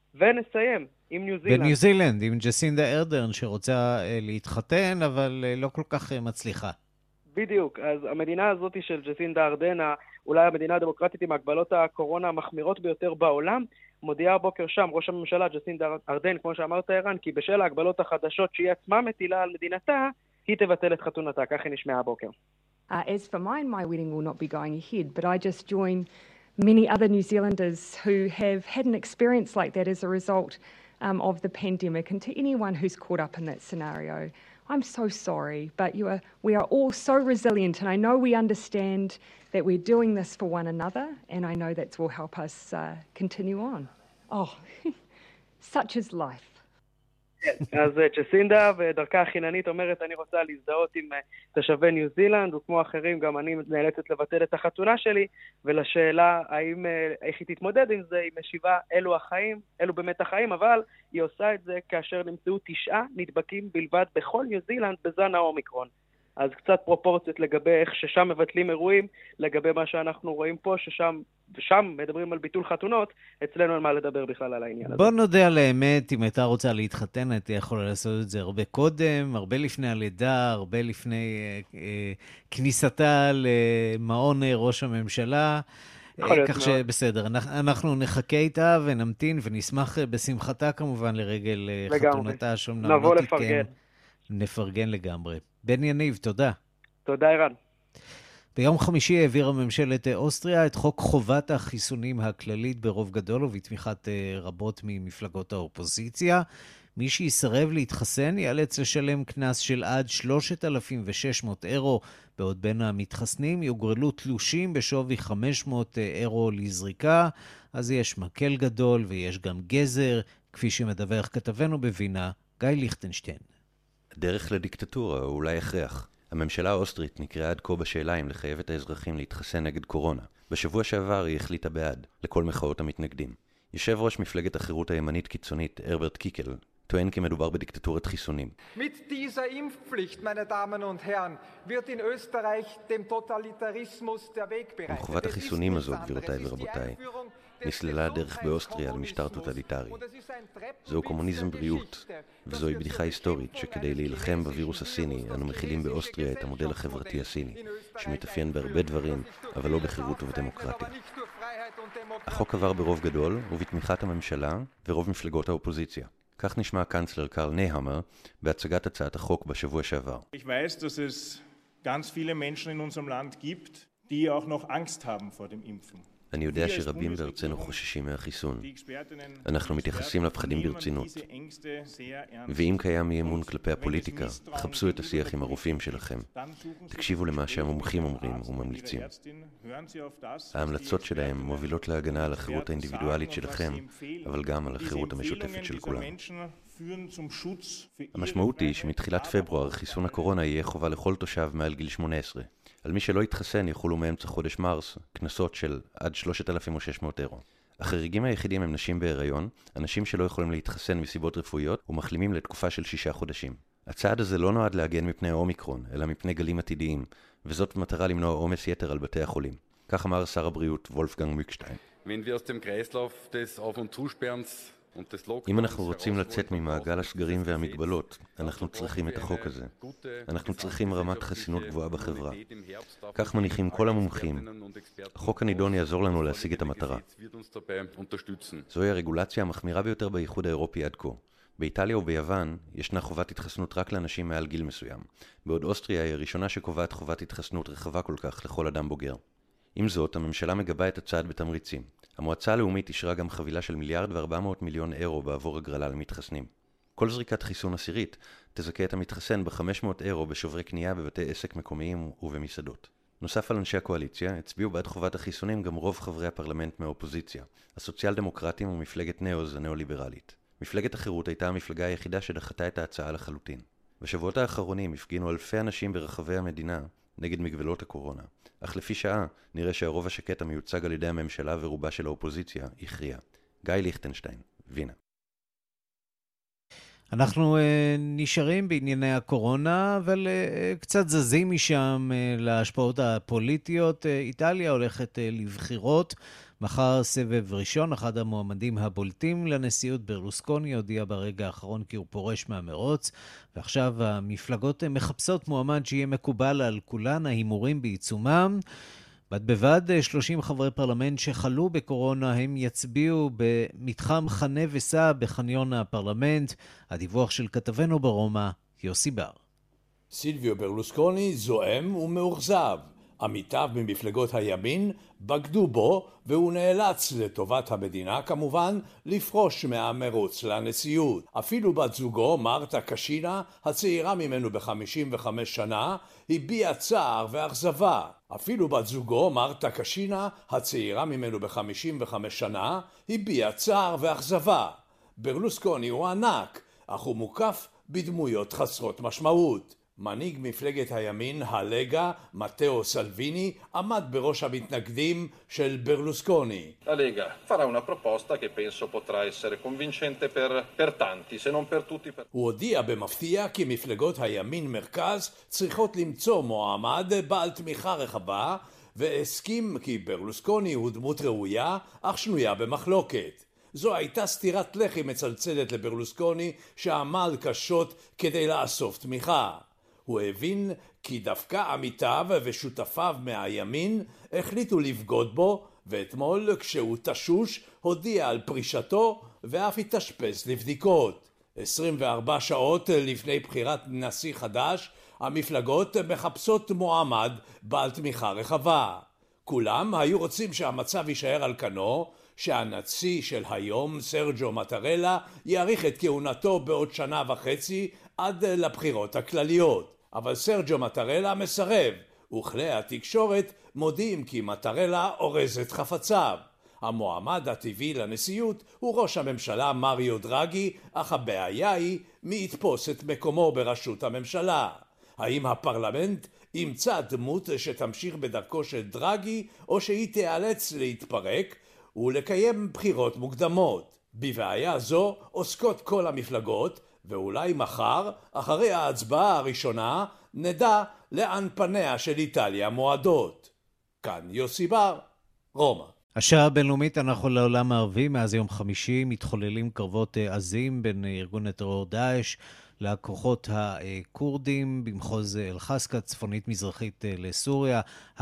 ונסיים עם ניו זילנד. בניו זילנד, עם ג'סינדה ארדרן שרוצה להתחתן, אבל לא כל כך מצליחה. בדיוק, אז המדינה הזאת של ג'סינדה ארדרן, אולי המדינה הדמוקרטית עם הגבלות הקורונה המחמירות ביותר בעולם, מודיעה הבוקר שם ראש הממשלה ג'סינדה ארדרן, כמו שאמרת ערן, כי בשל ההגבלות החדשות שהיא עצמה מטילה על מדינתה, היא תבטל את חתונתה, כך היא נשמעה הבוקר. Uh, as for mine, my wedding will not be going ahead, but I just join many other New Zealanders who have had an experience like that as a result um, of the pandemic. And to anyone who's caught up in that scenario, I'm so sorry, but you are, we are all so resilient, and I know we understand that we're doing this for one another, and I know that will help us uh, continue on. Oh, such is life. אז ג'סינדה ודרכה החיננית אומרת, אני רוצה להזדהות עם תושבי ניו זילנד, וכמו אחרים גם אני נאלצת לבטל את החתונה שלי, ולשאלה האם, איך היא תתמודד עם זה, היא משיבה אלו החיים, אלו באמת החיים, אבל היא עושה את זה כאשר נמצאו תשעה נדבקים בלבד בכל ניו זילנד בזן האומיקרון. אז קצת פרופורציות לגבי איך ששם מבטלים אירועים, לגבי מה שאנחנו רואים פה, ששם שם מדברים על ביטול חתונות, אצלנו על מה לדבר בכלל על העניין הזה. בוא נודה על האמת, אם הייתה רוצה להתחתן, הייתה יכולה לעשות את זה הרבה קודם, הרבה לפני הלידה, הרבה לפני אה, אה, כניסתה למעון ראש הממשלה. כך שבסדר, אנחנו נחכה איתה ונמתין ונשמח בשמחתה כמובן לרגל חתונתה שאומנם לא תתקיים. נפרגן לגמרי. בן יניב, תודה. תודה אירן. ביום חמישי העבירה ממשלת אוסטריה את חוק חובת החיסונים הכללית ברוב גדול ובתמיכת רבות ממפלגות האופוזיציה. מי שיסרב להתחסן ייאלץ לשלם קנס של עד שלושת אלפים ושש מאות אירו, בעוד בין המתחסנים יוגרלו תלושים בשווי חמש מאות אירו לזריקה. אז יש מקל גדול ויש גם גזר, כפי שמדווח כתבנו בווינה, גיא ליכטנשטיין. דרך לדיקטטורה או אולי הכרח. הממשלה האוסטרית נקראה עד כה בשאלה אם לחייב את האזרחים להתחסן נגד קורונה. בשבוע שעבר היא החליטה בעד, לכל מחאות המתנגדים. יושב ראש מפלגת החירות הימנית קיצונית, הרברט קיקל, טוען כי מדובר בדיקטטורת חיסונים. Mit dieser Impfpflicht, meine Damen und Herren, wird in Österreich dem Totalitarismus der Weg bereitet. עם חובת החיסונים הזאת, גבירותיי ורבותיי, נסללה הדרך באוסטריה למשטר טוטליטרי. זהו קומוניזם בריאות, וזוהי בדיחה היסטורית שכדי להילחם בווירוס הסיני, אנו מכילים באוסטריה את המודל החברתי הסיני, שמתאפיין בהרבה דברים, אבל לא בחירות ובדמוקרטיה. החוק עבר ברוב גדול ובתמיכת הממשלה ורוב מפלגות האופוזיציה. כך נשמע הקנצלר קרל נייהמר בהצגת הצעת החוק בשבוע שעבר. Ich weiß, dass es ganz viele Menschen in unserem Land gibt, die auch noch Angst haben vor dem Impfen. אני יודע שרבים בארצנו חוששים מהחיסון. אנחנו מתייחסים לפחדים ברצינות. ואם קיים אי אמון כלפי הפוליטיקה, חפשו את השיח עם הרופאים שלכם. תקשיבו למה שהמומחים אומרים וממליצים. ההמלצות שלהם מובילות להגנה על החירות האינדיבידואלית שלכם, אבל גם על החירות המשותפת של כולם. המשמעות היא שמתחילת פברואר חיסון הקורונה יהיה חובה לכל תושב מעל גיל שמונה עשרה. על מי שלא יתחסן יחולו מאמצע חודש מרס קנסות של עד שלושת אלפים ושש מאות אירו. החריגים היחידים הם נשים בהיריון, אנשים שלא יכולים להתחסן מסיבות רפואיות ומחלימים לתקופה של שישה חודשים. הצעד הזה לא נועד להגן מפני האומיקרון, אלא מפני גלים עתידיים, וזאת במטרה למנוע עומס יתר על בתי החולים. כך אמר שר הבריאות וולפגנג מוקשטיין. אם אנחנו רוצים לצאת ממעגל הסגרים והמגבלות, אנחנו צריכים את החוק הזה. אנחנו צריכים רמת חסינות גבוהה בחברה. כך מניחים כל המומחים. החוק הנידון יעזור לנו להשיג את המטרה. זוהי הרגולציה המחמירה ביותר באיחוד האירופי עד כה. באיטליה וביוון ישנה חובת התחסנות רק לאנשים מעל גיל מסוים, בעוד אוסטריה היא הראשונה שקובעת חובת התחסנות רחבה כל כך לכל אדם בוגר. עם זאת, הממשלה מגבה את הצעד בתמריצים. המועצה הלאומית אישרה גם חבילה של מיליארד וארבע מאות מיליון אירו בעבור הגרלה למתחסנים. כל זריקת חיסון עשירית תזכה את המתחסן ב-חמש מאות אירו בשוברי קנייה בבתי עסק מקומיים ובמסעדות. נוסף על אנשי הקואליציה, הצביעו בעד חובת החיסונים גם רוב חברי הפרלמנט מהאופוזיציה, הסוציאל דמוקרטים ומפלגת נאוז הנאו-ליברלית. מפלגת החירות הייתה המפלגה היחידה שדחתה את ההצעה לחלוטין. בשבועות האחרונים הפגינו אלפי אנשים ברחבי המדינה נגד מגבלות הקורונה. אך לפי שעה נראה שהרוב השקט המיוצג על ידי הממשלה ורובה של האופוזיציה הכריע. גיא ליכטנשטיין, וינה. אנחנו uh, נשארים בענייני הקורונה, אבל uh, קצת זזים משם uh, להשפעות הפוליטיות. Uh, איטליה הולכת uh, לבחירות. מחר סבב ראשון, אחד המועמדים הבולטים לנשיאות ברלוסקוני הודיע ברגע האחרון כי הוא פורש מהמרוץ, ועכשיו המפלגות מחפשות מועמד שיהיה מקובל על כולן, ההימורים בעיצומם. בד בבד שלושים חברי פרלמנט שחלו בקורונה הם יצביעו במתחם חנה וסע בחניון הפרלמנט. הדיווח של כתבנו ברומא, יוסי בר. סילביו ברלוסקוני זועם ומאוכזב. עמיתיו ממפלגות הימין בגדו בו והוא נאלץ לטובת המדינה כמובן לפרוש מהמרוץ לנשיאות. אפילו בת זוגו מרתה קשינה, הצעירה ממנו ב-חמישים וחמש שנה, הביעה צער ואכזבה. אפילו בת זוגו מרתה קשינה, הצעירה ממנו ב-חמישים וחמש שנה, הביעה צער ואכזבה. ברלוסקוני הוא ענק, אך הוא מוקף בדמויות חסרות משמעות. מנהיג מפלגת הימין, הלגה, מתאו סלוויני, עמד בראש המתנגדים של ברלוסקוני. La Lega farà una proposta che penso potrà essere convincente per, per tanti, se non per tutti. Per... הוא הודיע במפתיע כי מפלגות הימין מרכז צריכות למצוא מועמד בעל תמיכה רחבה, והסכים כי ברלוסקוני הוא דמות ראויה אך שנויה במחלוקת. זו הייתה סתירת לחי מצלצלת לברלוסקוני שעמל קשות כדי לאסוף תמיכה. הוא הבין כי דווקא עמיתיו ושותפיו מהימין החליטו לבגוד בו, ואתמול כשהוא תשוש הודיע על פרישתו ואף התאשפז לבדיקות. עשרים וארבע שעות לפני בחירת נשיא חדש, המפלגות מחפשות מועמד בעל תמיכה רחבה. כולם היו רוצים שהמצב יישאר על כנו, שהנשיא של היום, סרג'ו מטרלה, יאריך את כהונתו בעוד שנה וחצי עד לבחירות הכלליות. אבל סרג'ו מטרלה מסרב, וכלי התקשורת מודיעים כי מטרלה אורז את חפציו. המועמד הטבעי לנשיאות הוא ראש הממשלה מריו דרגי, אך הבעיה היא מי יתפוס את מקומו בראשות הממשלה. האם הפרלמנט ימצא דמות שתמשיך בדרכו של דרגי, או שהיא תיאלץ להתפרק ולקיים בחירות מוקדמות? בבעיה זו עוסקות כל המפלגות, ואולי מחר, אחרי ההצבעה הראשונה, נדע לאן פניה של איטליה מועדות. כאן יוסי בר, רומא. השעה הבינלאומית, אנחנו לעולם הערבי. מאז יום חמישי מתחוללים קרבות עזים בין ארגון הטרור דאעש לכוחות הקורדים במחוז אל-חסקה, צפונית מזרחית לסוריה.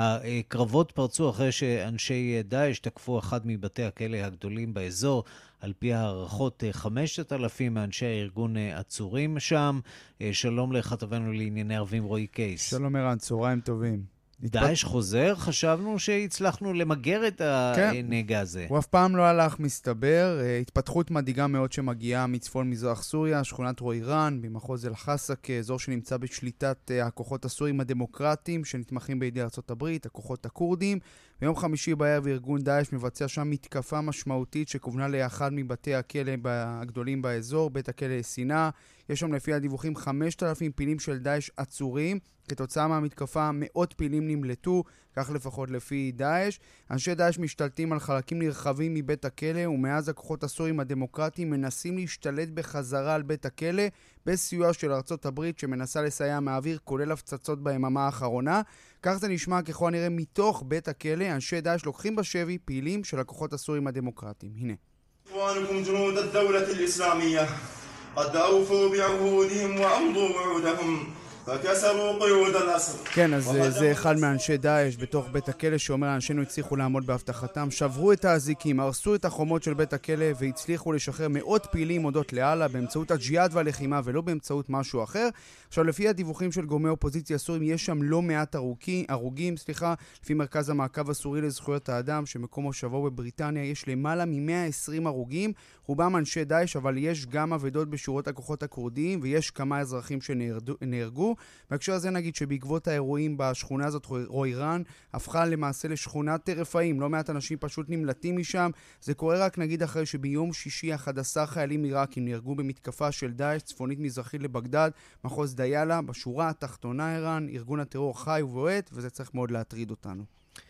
הקרבות פרצו אחרי שאנשי דאעש תקפו אחד מבתי הכלא הגדולים באזור. על פי הערכות חמשת אלפים מאנשי הארגון עצורים שם. שלום לכתבנו לענייני ערבים רועי קייס. שלום ערן, צהריים טובים. דאעש חוזר? חשבנו שהצלחנו למגר את הנגע הזה. הוא אף פעם לא הלך, מסתבר. התפתחות מדאיגה מאוד שמגיעה מצפון מזרח סוריה, שכונת רוירן, במחוז אל-חסק, אזור שנמצא בשליטת הכוחות הסוריים הדמוקרטיים שנתמכים בידי ארצות הברית, הכוחות הקורדים. ביום חמישי בערב ארגון דאעש מבצע שם מתקפה משמעותית שכוונה לאחד מבתי הכלא הגדולים באזור, בית הכלא סינה. יש שם לפי הדיווחים חמשת אלפים פעילים של דאעש עצורים. כתוצאה מהמתקפה מאות פעילים נמלטו, כך לפחות לפי דאעש. אנשי דאעש משתלטים על חלקים נרחבים מבית הכלא, ומאז הכוחות הסוריים הדמוקרטיים מנסים להשתלט בחזרה על בית הכלא, בסיוע של ארצות הברית שמנסה לסייע מהאוויר, כולל הפצצות ביממה האחרונה. כך זה נשמע ככל הנראה מתוך בית הכלא. אנשי דאעש לוקחים בשבי פעילים של הכוחות הסוריים הדמוקרטיים. הנה. إخوانكم جنود الدولة الإسلامية قد أوفوا بعهودهم وأمضوا وعودهم فكسروا قيود الأسر. כן, אז זה אחד מאנשי דאעש בתוך בית הכלא שאומר אנשינו הצליחו לעמוד בהבטחתם, שברו את האזיקים, הרסו את החומות של בית הכלא והצליחו לשחרר מאות פעילים הודות לאללה באמצעות הג'יהאד והלחימה ולא באמצעות משהו אחר. עכשיו לפי הדיווחים של גורמי אופוזיציה סוריים יש שם לא מעט הרוגים, הרוגים, סליחה, לפי מרכז המעקב הסורי לזכויות האדם שמקום מושבו בבריטניה יש למעלה מ-מאה ועשרים הרוגים, רובם אנשי דאעש, אבל יש גם אבדות בשורות הכוחות הקורדיים ויש כמה אזרחים שנהרגו. בהקשר הזה נגיד שבעקבות האירועים בשכונה הזאת רוירן הפכה למעשה לשכונת רפאים, לא מעט אנשים פשוט נמלטים משם. זה קורה רק נגיד אחרי שביום שישי אחד עשר חיילים עיראקים נהרגו במתקפה של דאעש צפונית מזרחית לבגדד, מחוז דיאלה. בשורה התחתונה ערן, ארגון הטרור חי ובועט, וזה צריך מאוד להטריד אותנו.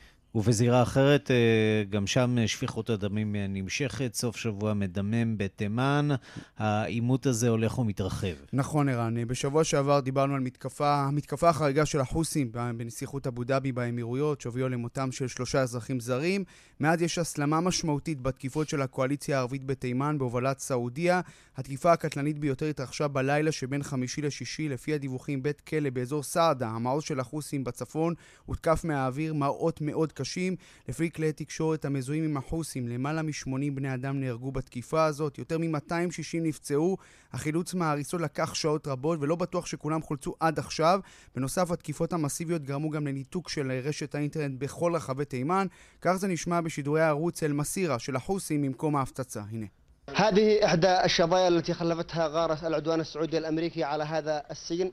ובזירה אחרת, גם שם שפיכות הדמים נמשכת, סוף שבוע מדמם בתימן, העימות הזה הולך ומתרחב. נכון ערן, בשבוע שעבר דיברנו על מתקפה, המתקפה החריגה של החוסים בנסיכות אבו דאבי באמירויות, שהביאו למותם של שלושה אזרחים זרים. מאז יש הסלמה משמעותית בתקיפות של הקואליציה הערבית בתימן בהובלת סעודיה. התקיפה הקטלנית ביותר התרחשה בלילה שבין חמישי לשישי, לפי הדיווחים בית כלא באזור סעדה, המעוז של החוסים בצפון, הותקף מהאוויר, מראות מאוד קשים. לפי כלי תקשורת המזוהים עם החוסים, למעלה מ-שמונים בני אדם נהרגו בתקיפה הזאת, יותר מ-מאתיים ושישים נפצעו. החילוץ מההריסות לקח שעות רבות ולא בטוח שכולם חולצו עד עכשיו. בנוסף, התקיפות המסיביות גרמו גם לניתוק של רשת האינטרנט בכל רחבי תימן. כך זה נשמע בשידורי הערוץ אל-מסירה של החוסים ממקום ההפצצה. הנה. هذه إحدى الشظايا التي خلفتها غارة العدوان السعودي الأمريكي على هذا السجن.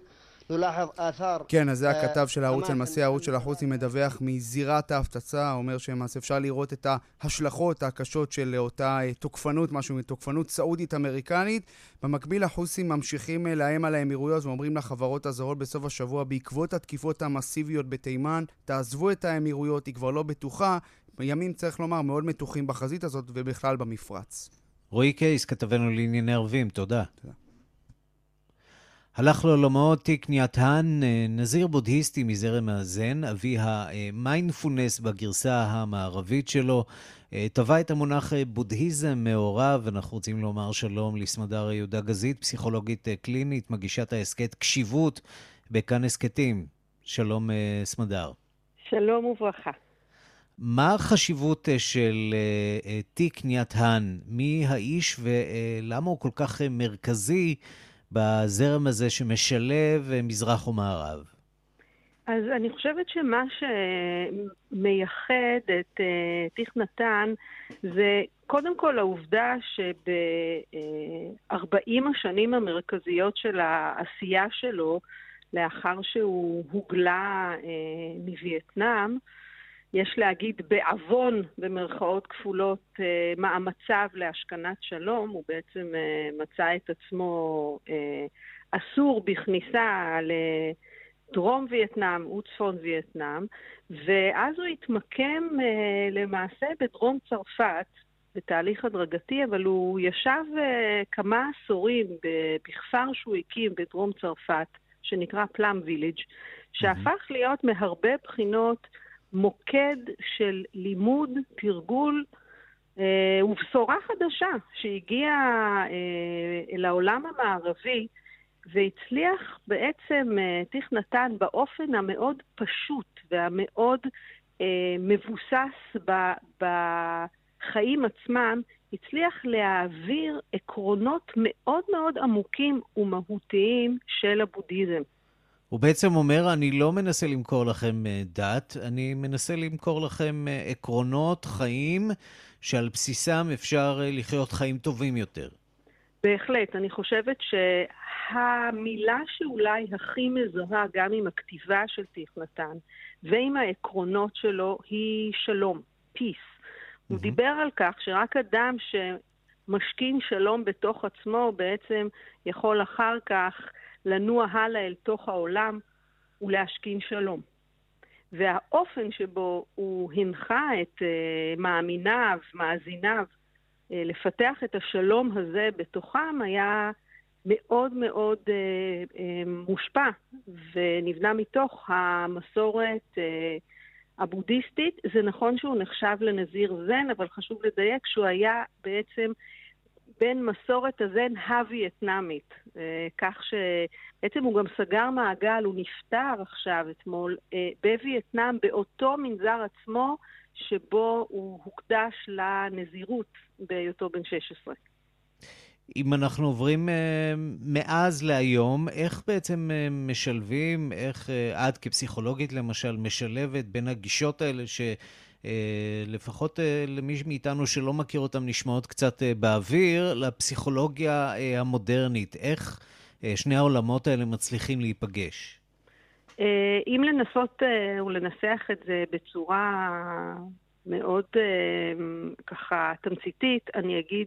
כן, אז זה הכתב של הערוץ אל-מסי, הערוץ של החוסים מדווח מזירת ההפצצה, אומר שמעשה אפשר לראות את ההשלכות הקשות של אותה תוקפנות, משהו מתוקפנות סעודית-אמריקנית. במקביל החוסים ממשיכים לאיים על האמירויות ואומרים לחברות הזרות בסוף השבוע, בעקבות התקיפות המסיביות בתימן, תעזבו את האמירויות, היא כבר לא בטוחה. ימים צריך לומר מאוד מתוחים בחזית הזאת ובכלל במפרץ. רועי קייס, כתבנו לענייני ערבים, תודה. תודה. הלך לעולמו תיק ניית האן, נזיר בודהיסטי מזרם הזן, אבי המיינדפולנס בגרסה המערבית שלו. טבע את המונח בודהיזם מעורב, ואנחנו רוצים לומר שלום לסמדר יהודה גזית, פסיכולוגית קלינית, מגישת ההסקט קשיבות בכאן הסקטים. שלום סמדר. שלום וברכה. מה החשיבות של תיק ניית האן? מי האיש ולמה הוא כל כך מרכזי בזרם הזה שמשלב מזרח ומערב? אז אני חושבת שמה שמייחד את תיך נתן זה קודם כל העובדה שב-ארבעים השנים המרכזיות של העשייה שלו, לאחר שהוא הוגלה מווייטנאם, יש להגיד בעוון במרכאות כפולות מאמציו להשכנת שלום, הוא בעצם מצא את עצמו אסור בכניסה לדרום וייטנאם וצפון וייטנאם, ואז הוא התמקם למעשה בדרום צרפת בתהליך הדרגתי, אבל הוא ישב כמה עשורים בכפר שהוא הקים בדרום צרפת, שנקרא פלאם ויליג', שהפך להיות מהרבה בחינות מוקד של לימוד, תרגול אה, ובשורה חדשה שהגיעה אה, אל העולם המערבי והצליח בעצם אה, תיך נתן באופן המאוד פשוט והמאוד אה, מבוסס ב, בחיים עצמם, הצליח להעביר עקרונות מאוד מאוד עמוקים ומהותיים של הבודהיזם. הוא בעצם אומר, אני לא מנסה למכור לכם דת, אני מנסה למכור לכם עקרונות חיים שעל בסיסם אפשר לחיות חיים טובים יותר. בהחלט, אני חושבת שהמילה שאולי הכי מזוהה גם עם הכתיבה של תיך נתן ועם העקרונות שלו היא שלום, peace. Mm-hmm. הוא דיבר על כך שרק אדם שמשכין שלום בתוך עצמו בעצם יכול אחר כך לנוע הלאה אל תוך העולם ולהשכין שלום. והאופן שבו הוא הנחה את uh, מאמיניו, מאזיניו, uh, לפתח את השלום הזה בתוכם היה מאוד מאוד uh, uh, מושפע ונבנה מתוך המסורת uh, הבודהיסטית. זה נכון שהוא נחשב לנזיר זן, אבל חשוב לדייק שהוא היה בעצם בין מסורת הזן הווייטנאמית, כך שבעצם הוא גם סגר מעגל, הוא נפטר עכשיו אתמול בווייטנאם, באותו מנזר עצמו שבו הוא הוקדש לנזירות בהיותו בן שש עשרה. אם אנחנו עוברים מאז להיום, איך בעצם משלבים, איך את כפסיכולוגית למשל משלבת בין הגישות האלה ש... לפחות למי מאיתנו שלא מכיר אותם נשמעות קצת באוויר, לפסיכולוגיה המודרנית. איך שני העולמות האלה מצליחים להיפגש? אם לנסות ולנסח את זה בצורה מאוד ככה תמציתית, אני אגיד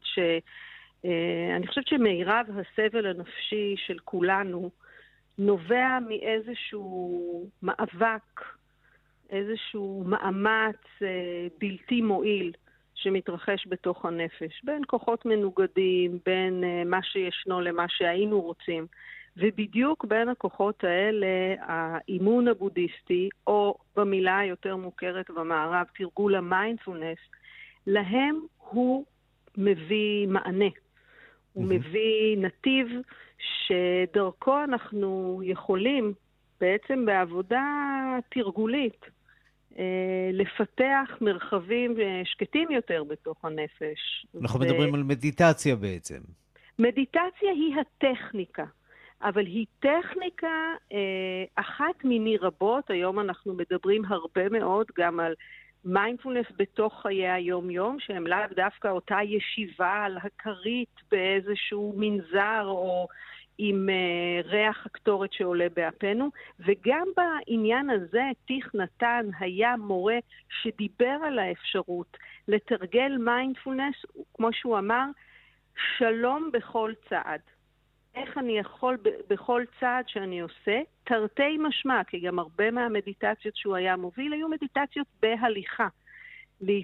שאני חושבת שמעירב הסבל הנפשי של כולנו נובע מאיזשהו מאבק, איזשהו מאמץ אה, בלתי מועיל שמתרחש בתוך הנפש, בין כוחות מנוגדים, בין אה, מה שישנו למה שהיינו רוצים, ובדיוק בין הכוחות האלה, האימון הבודהיסטי, או במילה היותר מוכרת במערב, תרגול המיינדפולנס, להם הוא מביא מענה. הוא מביא נתיב שדרכו אנחנו יכולים, בעצם בעבודה תרגולית, לפתח מרחבים שקטים יותר בתוך הנפש. אנחנו ו... מדברים על מדיטציה בעצם. מדיטציה היא הטכניקה, אבל היא טכניקה אחת מיני רבות. היום אנחנו מדברים הרבה מאוד גם על מיינדפולנס בתוך חיי היום-יום, שהם לאו דווקא אותה ישיבה על הכרית באיזשהו מנזר או עם uh, ריח הקטורת שעולה באפנו, וגם בעניין הזה תיך נתן היה מורה שדיבר על האפשרות לתרגל מיינדפולנס, כמו שהוא אמר, שלום בכל צעד. איך אני יכול ב- בכל צעד שאני עושה, תרתי משמע, כי גם הרבה מהמדיטציות שהוא היה מוביל היו מדיטציות בהליכה.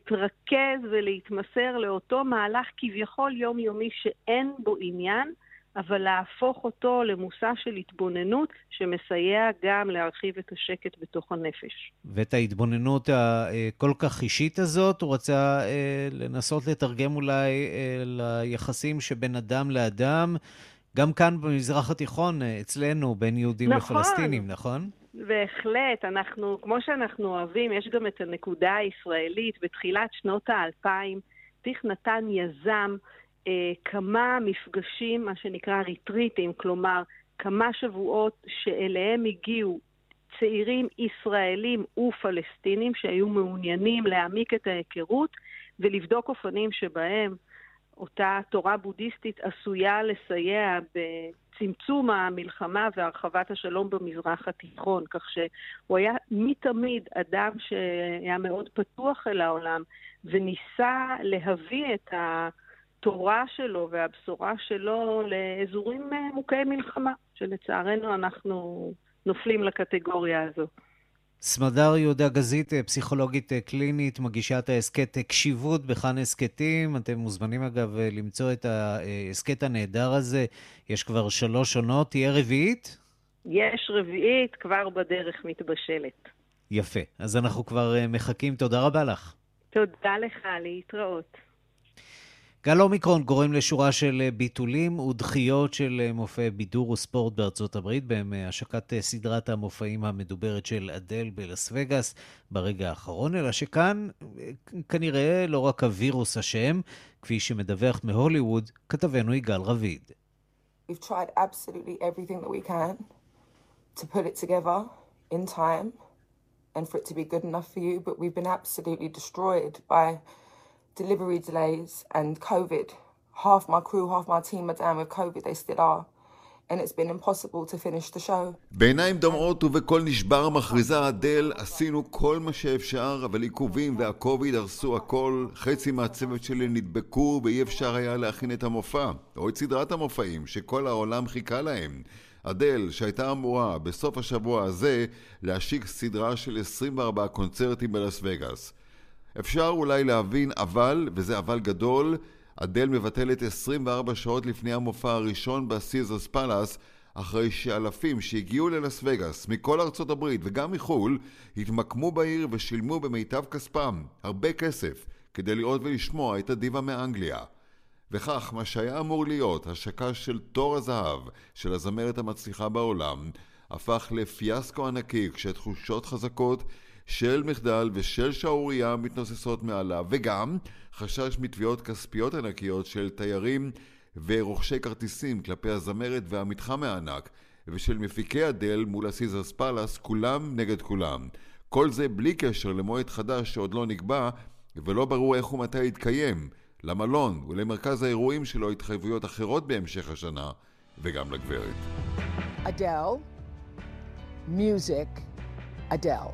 להתרכז ולהתמסר לאותו מהלך כביכול יומיומי שאין בו עניין, אבל להפוך אותו למושא של התבוננות שמסייע גם להרחיב את השקט בתוך הנפש. ואת ההתבוננות הכל כך אישית הזאת הוא רצה לנסות לתרגם אולי ליחסים שבין אדם לאדם, גם כאן במזרח התיכון, אצלנו, בין יהודים נכון. לפלסטינים, נכון? בהחלט, אנחנו, כמו שאנחנו אוהבים, יש גם את הנקודה הישראלית. בתחילת שנות האלפיים, טיך נתן יזם אה, כמה מפגשים, מה שנקרא ריטריטים, כלומר, כמה שבועות שאליהם הגיעו צעירים ישראלים ופלסטינים שהיו מעוניינים להעמיק את ההיכרות ולבדוק אופנים שבהם אותה תורה בודהיסטית עשויה לסייע בצמצום המלחמה והרחבת השלום במזרח התיכון, כך שהוא היה מתמיד אדם שהיה מאוד פתוח אל העולם וניסה להביא את התורה שלו והבשורה שלו לאזורים מוכי מלחמה, שלצערנו אנחנו נופלים לקטגוריה הזו. סמדר יהודה גזית, פסיכולוגית קלינית, מגישת העסקת קשיבות בכאן עסקתים. אתם מוזמנים אגב למצוא את העסקת הנהדר הזה. יש כבר שלוש עונות, תהיה רביעית? יש רביעית, כבר בדרך מתבשלת. יפה, אז אנחנו כבר מחכים. תודה רבה לך. תודה לך, להתראות. גל אומיקרון גורם לשורה של ביטולים ודחיות של מופעי בידור וספורט בארצות הברית, בהם השקת סדרת המופעים המדוברת של אדל בלס וגאס ברגע האחרון, אלא שכאן כנראה לא רק הווירוס השם, כפי שמדווח מהוליווד כתבנו יגאל רביד. We've tried absolutely everything that we can to put it together in time and for it to be good enough for you, but we've been absolutely destroyed by delivery delays and COVID. Half my crew, half my team are down with COVID, they still are. And it's been impossible to finish the show. בעיניים דומעות ובכל נשבר מכריזה אדל, עשינו כל מה שאפשר, אבל עיכובים והקוביד הרסו הכל. חצי מהצוות שלי נדבקו ואי אפשר היה להכין את המופע, או את סדרת המופעים שכל העולם חיכה להם. אדל, שהייתה אמורה בסוף השבוע הזה להשיק סדרה של עשרים וארבעה קונצרטים בלס וגאס. אפשר אולי להבין אבל, וזה אבל גדול, אדל מבטלת עשרים וארבע שעות לפני המופע הראשון בסיזרס פלאס, אחרי שאלפים שהגיעו ללס וגאס מכל ארצות הברית וגם מחול, התמקמו בעיר ושילמו במיטב כספם, הרבה כסף, כדי לראות ולשמוע את הדיבה מאנגליה. וכך, מה שהיה אמור להיות השקה של תור הזהב של הזמרת המצליחה בעולם, הפך לפיאסקו ענקי כשתחושות חזקות של מחדל ושל שעוריה מתנוססות מעלה, וגם חשש מתביעות כספיות ענקיות של תיירים ורוכשי כרטיסים כלפי הזמרת והמתחם הענק, ושל מפיקי אדל מול הסיזרס פלאס, כולם נגד כולם. כל זה בלי קשר למועד חדש שעוד לא נקבע, ולא ברור איך ומתי יתקיים, למלון ולמרכז האירועים שלו התחייבויות אחרות בהמשך השנה, וגם לגברת. Adele, music, Adele.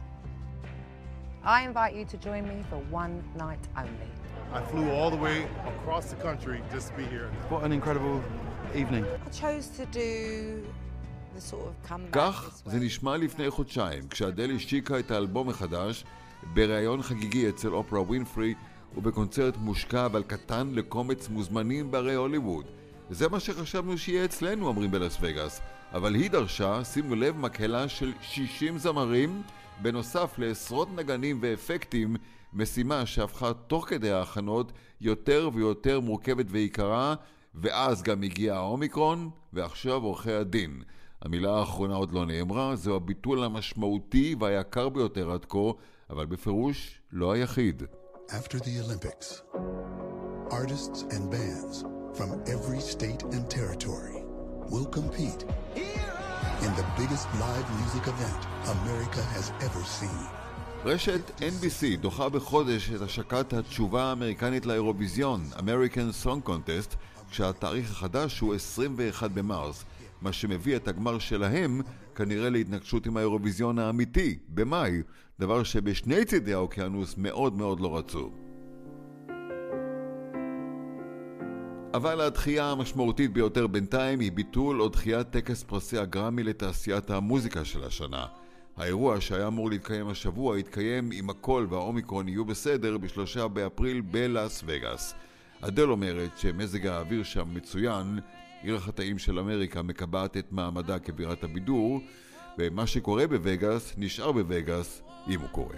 I invite you to join me for one night only. I flew all the way across the country just to be here. What an incredible evening. I chose to do the sort of comeback. כך זה נשמע לפני חודשיים, כשאדל השיקה את האלבום החדש בראיון חגיגי אצל אופרה ווינפרי ובקונצרט מושקע אבל קטן לקומץ מוזמנים בערי הוליווד. זה מה שחשבנו שיהיה אצלנו, אומרים בלס וגאס, אבל היא דרשה, שימו לב, מקהלה של שישים זמרים בנוסף לעשרות נגנים ואפקטים, משימה שהפכה תוך כדי ההכנות יותר ויותר מורכבת ויקרה, ואז גם הגיע האומיקרון, ועכשיו עורכי הדין. המילה האחרונה עוד לא נאמרה, זהו הביטול המשמעותי והיקר ביותר עד כה, אבל בפירוש לא היחיד. After the Olympics, artists and bands from every state and territory will compete in the biggest live music event America has ever seen. רשת אן בי סי דוחה בחודש את השקת התשובה האמריקנית לאירוויזיון, American Song Contest, כשהתאריך החדש הוא עשרים ואחד במרס, מה שמביא את הגמר שלהם כנראה להתנגשות עם האירוויזיון האמיתי, במאי, דבר שבשני צידי האוקיינוס מאוד מאוד לא רצו. אבל הדחייה המשמעותית ביותר בינתיים היא ביטול או דחיית טקס פרסי הגרמי לתעשיית המוזיקה של השנה. האירוע שהיה אמור להתקיים השבוע התקיים עם הכל והאומיקרון יהיו בסדר בשלושה באפריל בלאס וגאס. אדל אומרת שמזג האוויר שם מצוין, עיר החטאים של אמריקה, מקבעת את מעמדה כבירת הבידור, ומה שקורה בווגאס נשאר בווגאס אם הוא קורה.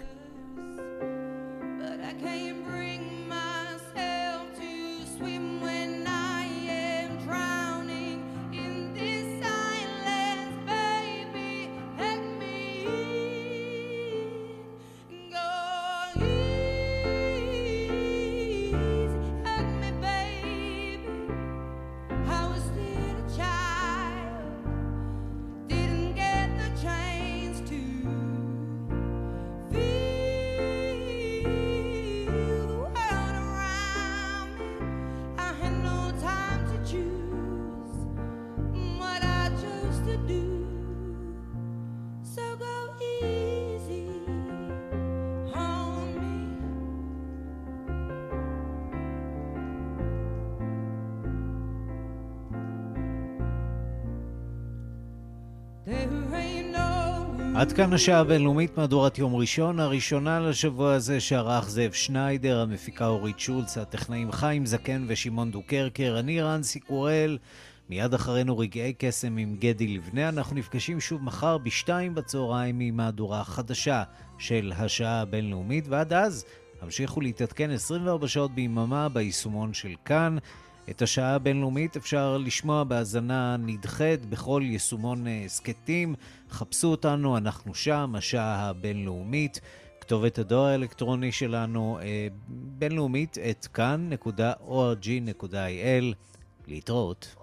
עד כאן השעה הבינלאומית, מהדורת יום ראשון, הראשונה לשבוע הזה שערך זאב שניידר, המפיקה אורית שולץ, הטכנאים חיים זקן ושמעון דוקרקר, אני רנסי קורל, מיד אחרינו רגעי קסם עם גדי לבנה. אנחנו נפגשים שוב מחר בשתיים בצהריים עם מהדורה חדשה של השעה הבינלאומית, ועד אז המשיכו להתעדכן עשרים וארבע שעות ביממה ביישומון של כאן. את השעה הבינלאומית אפשר לשמוע בהזנה נדחית בכל יישומון סקטים. חפשו אותנו, אנחנו שם, השעה הבינלאומית. כתובת הדואר האלקטרוני שלנו בינלאומית את כאן נקודה או אר ג'י נקודה איי אל. להתראות.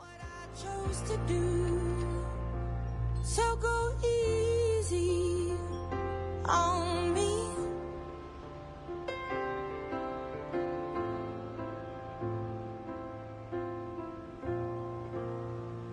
So go easy on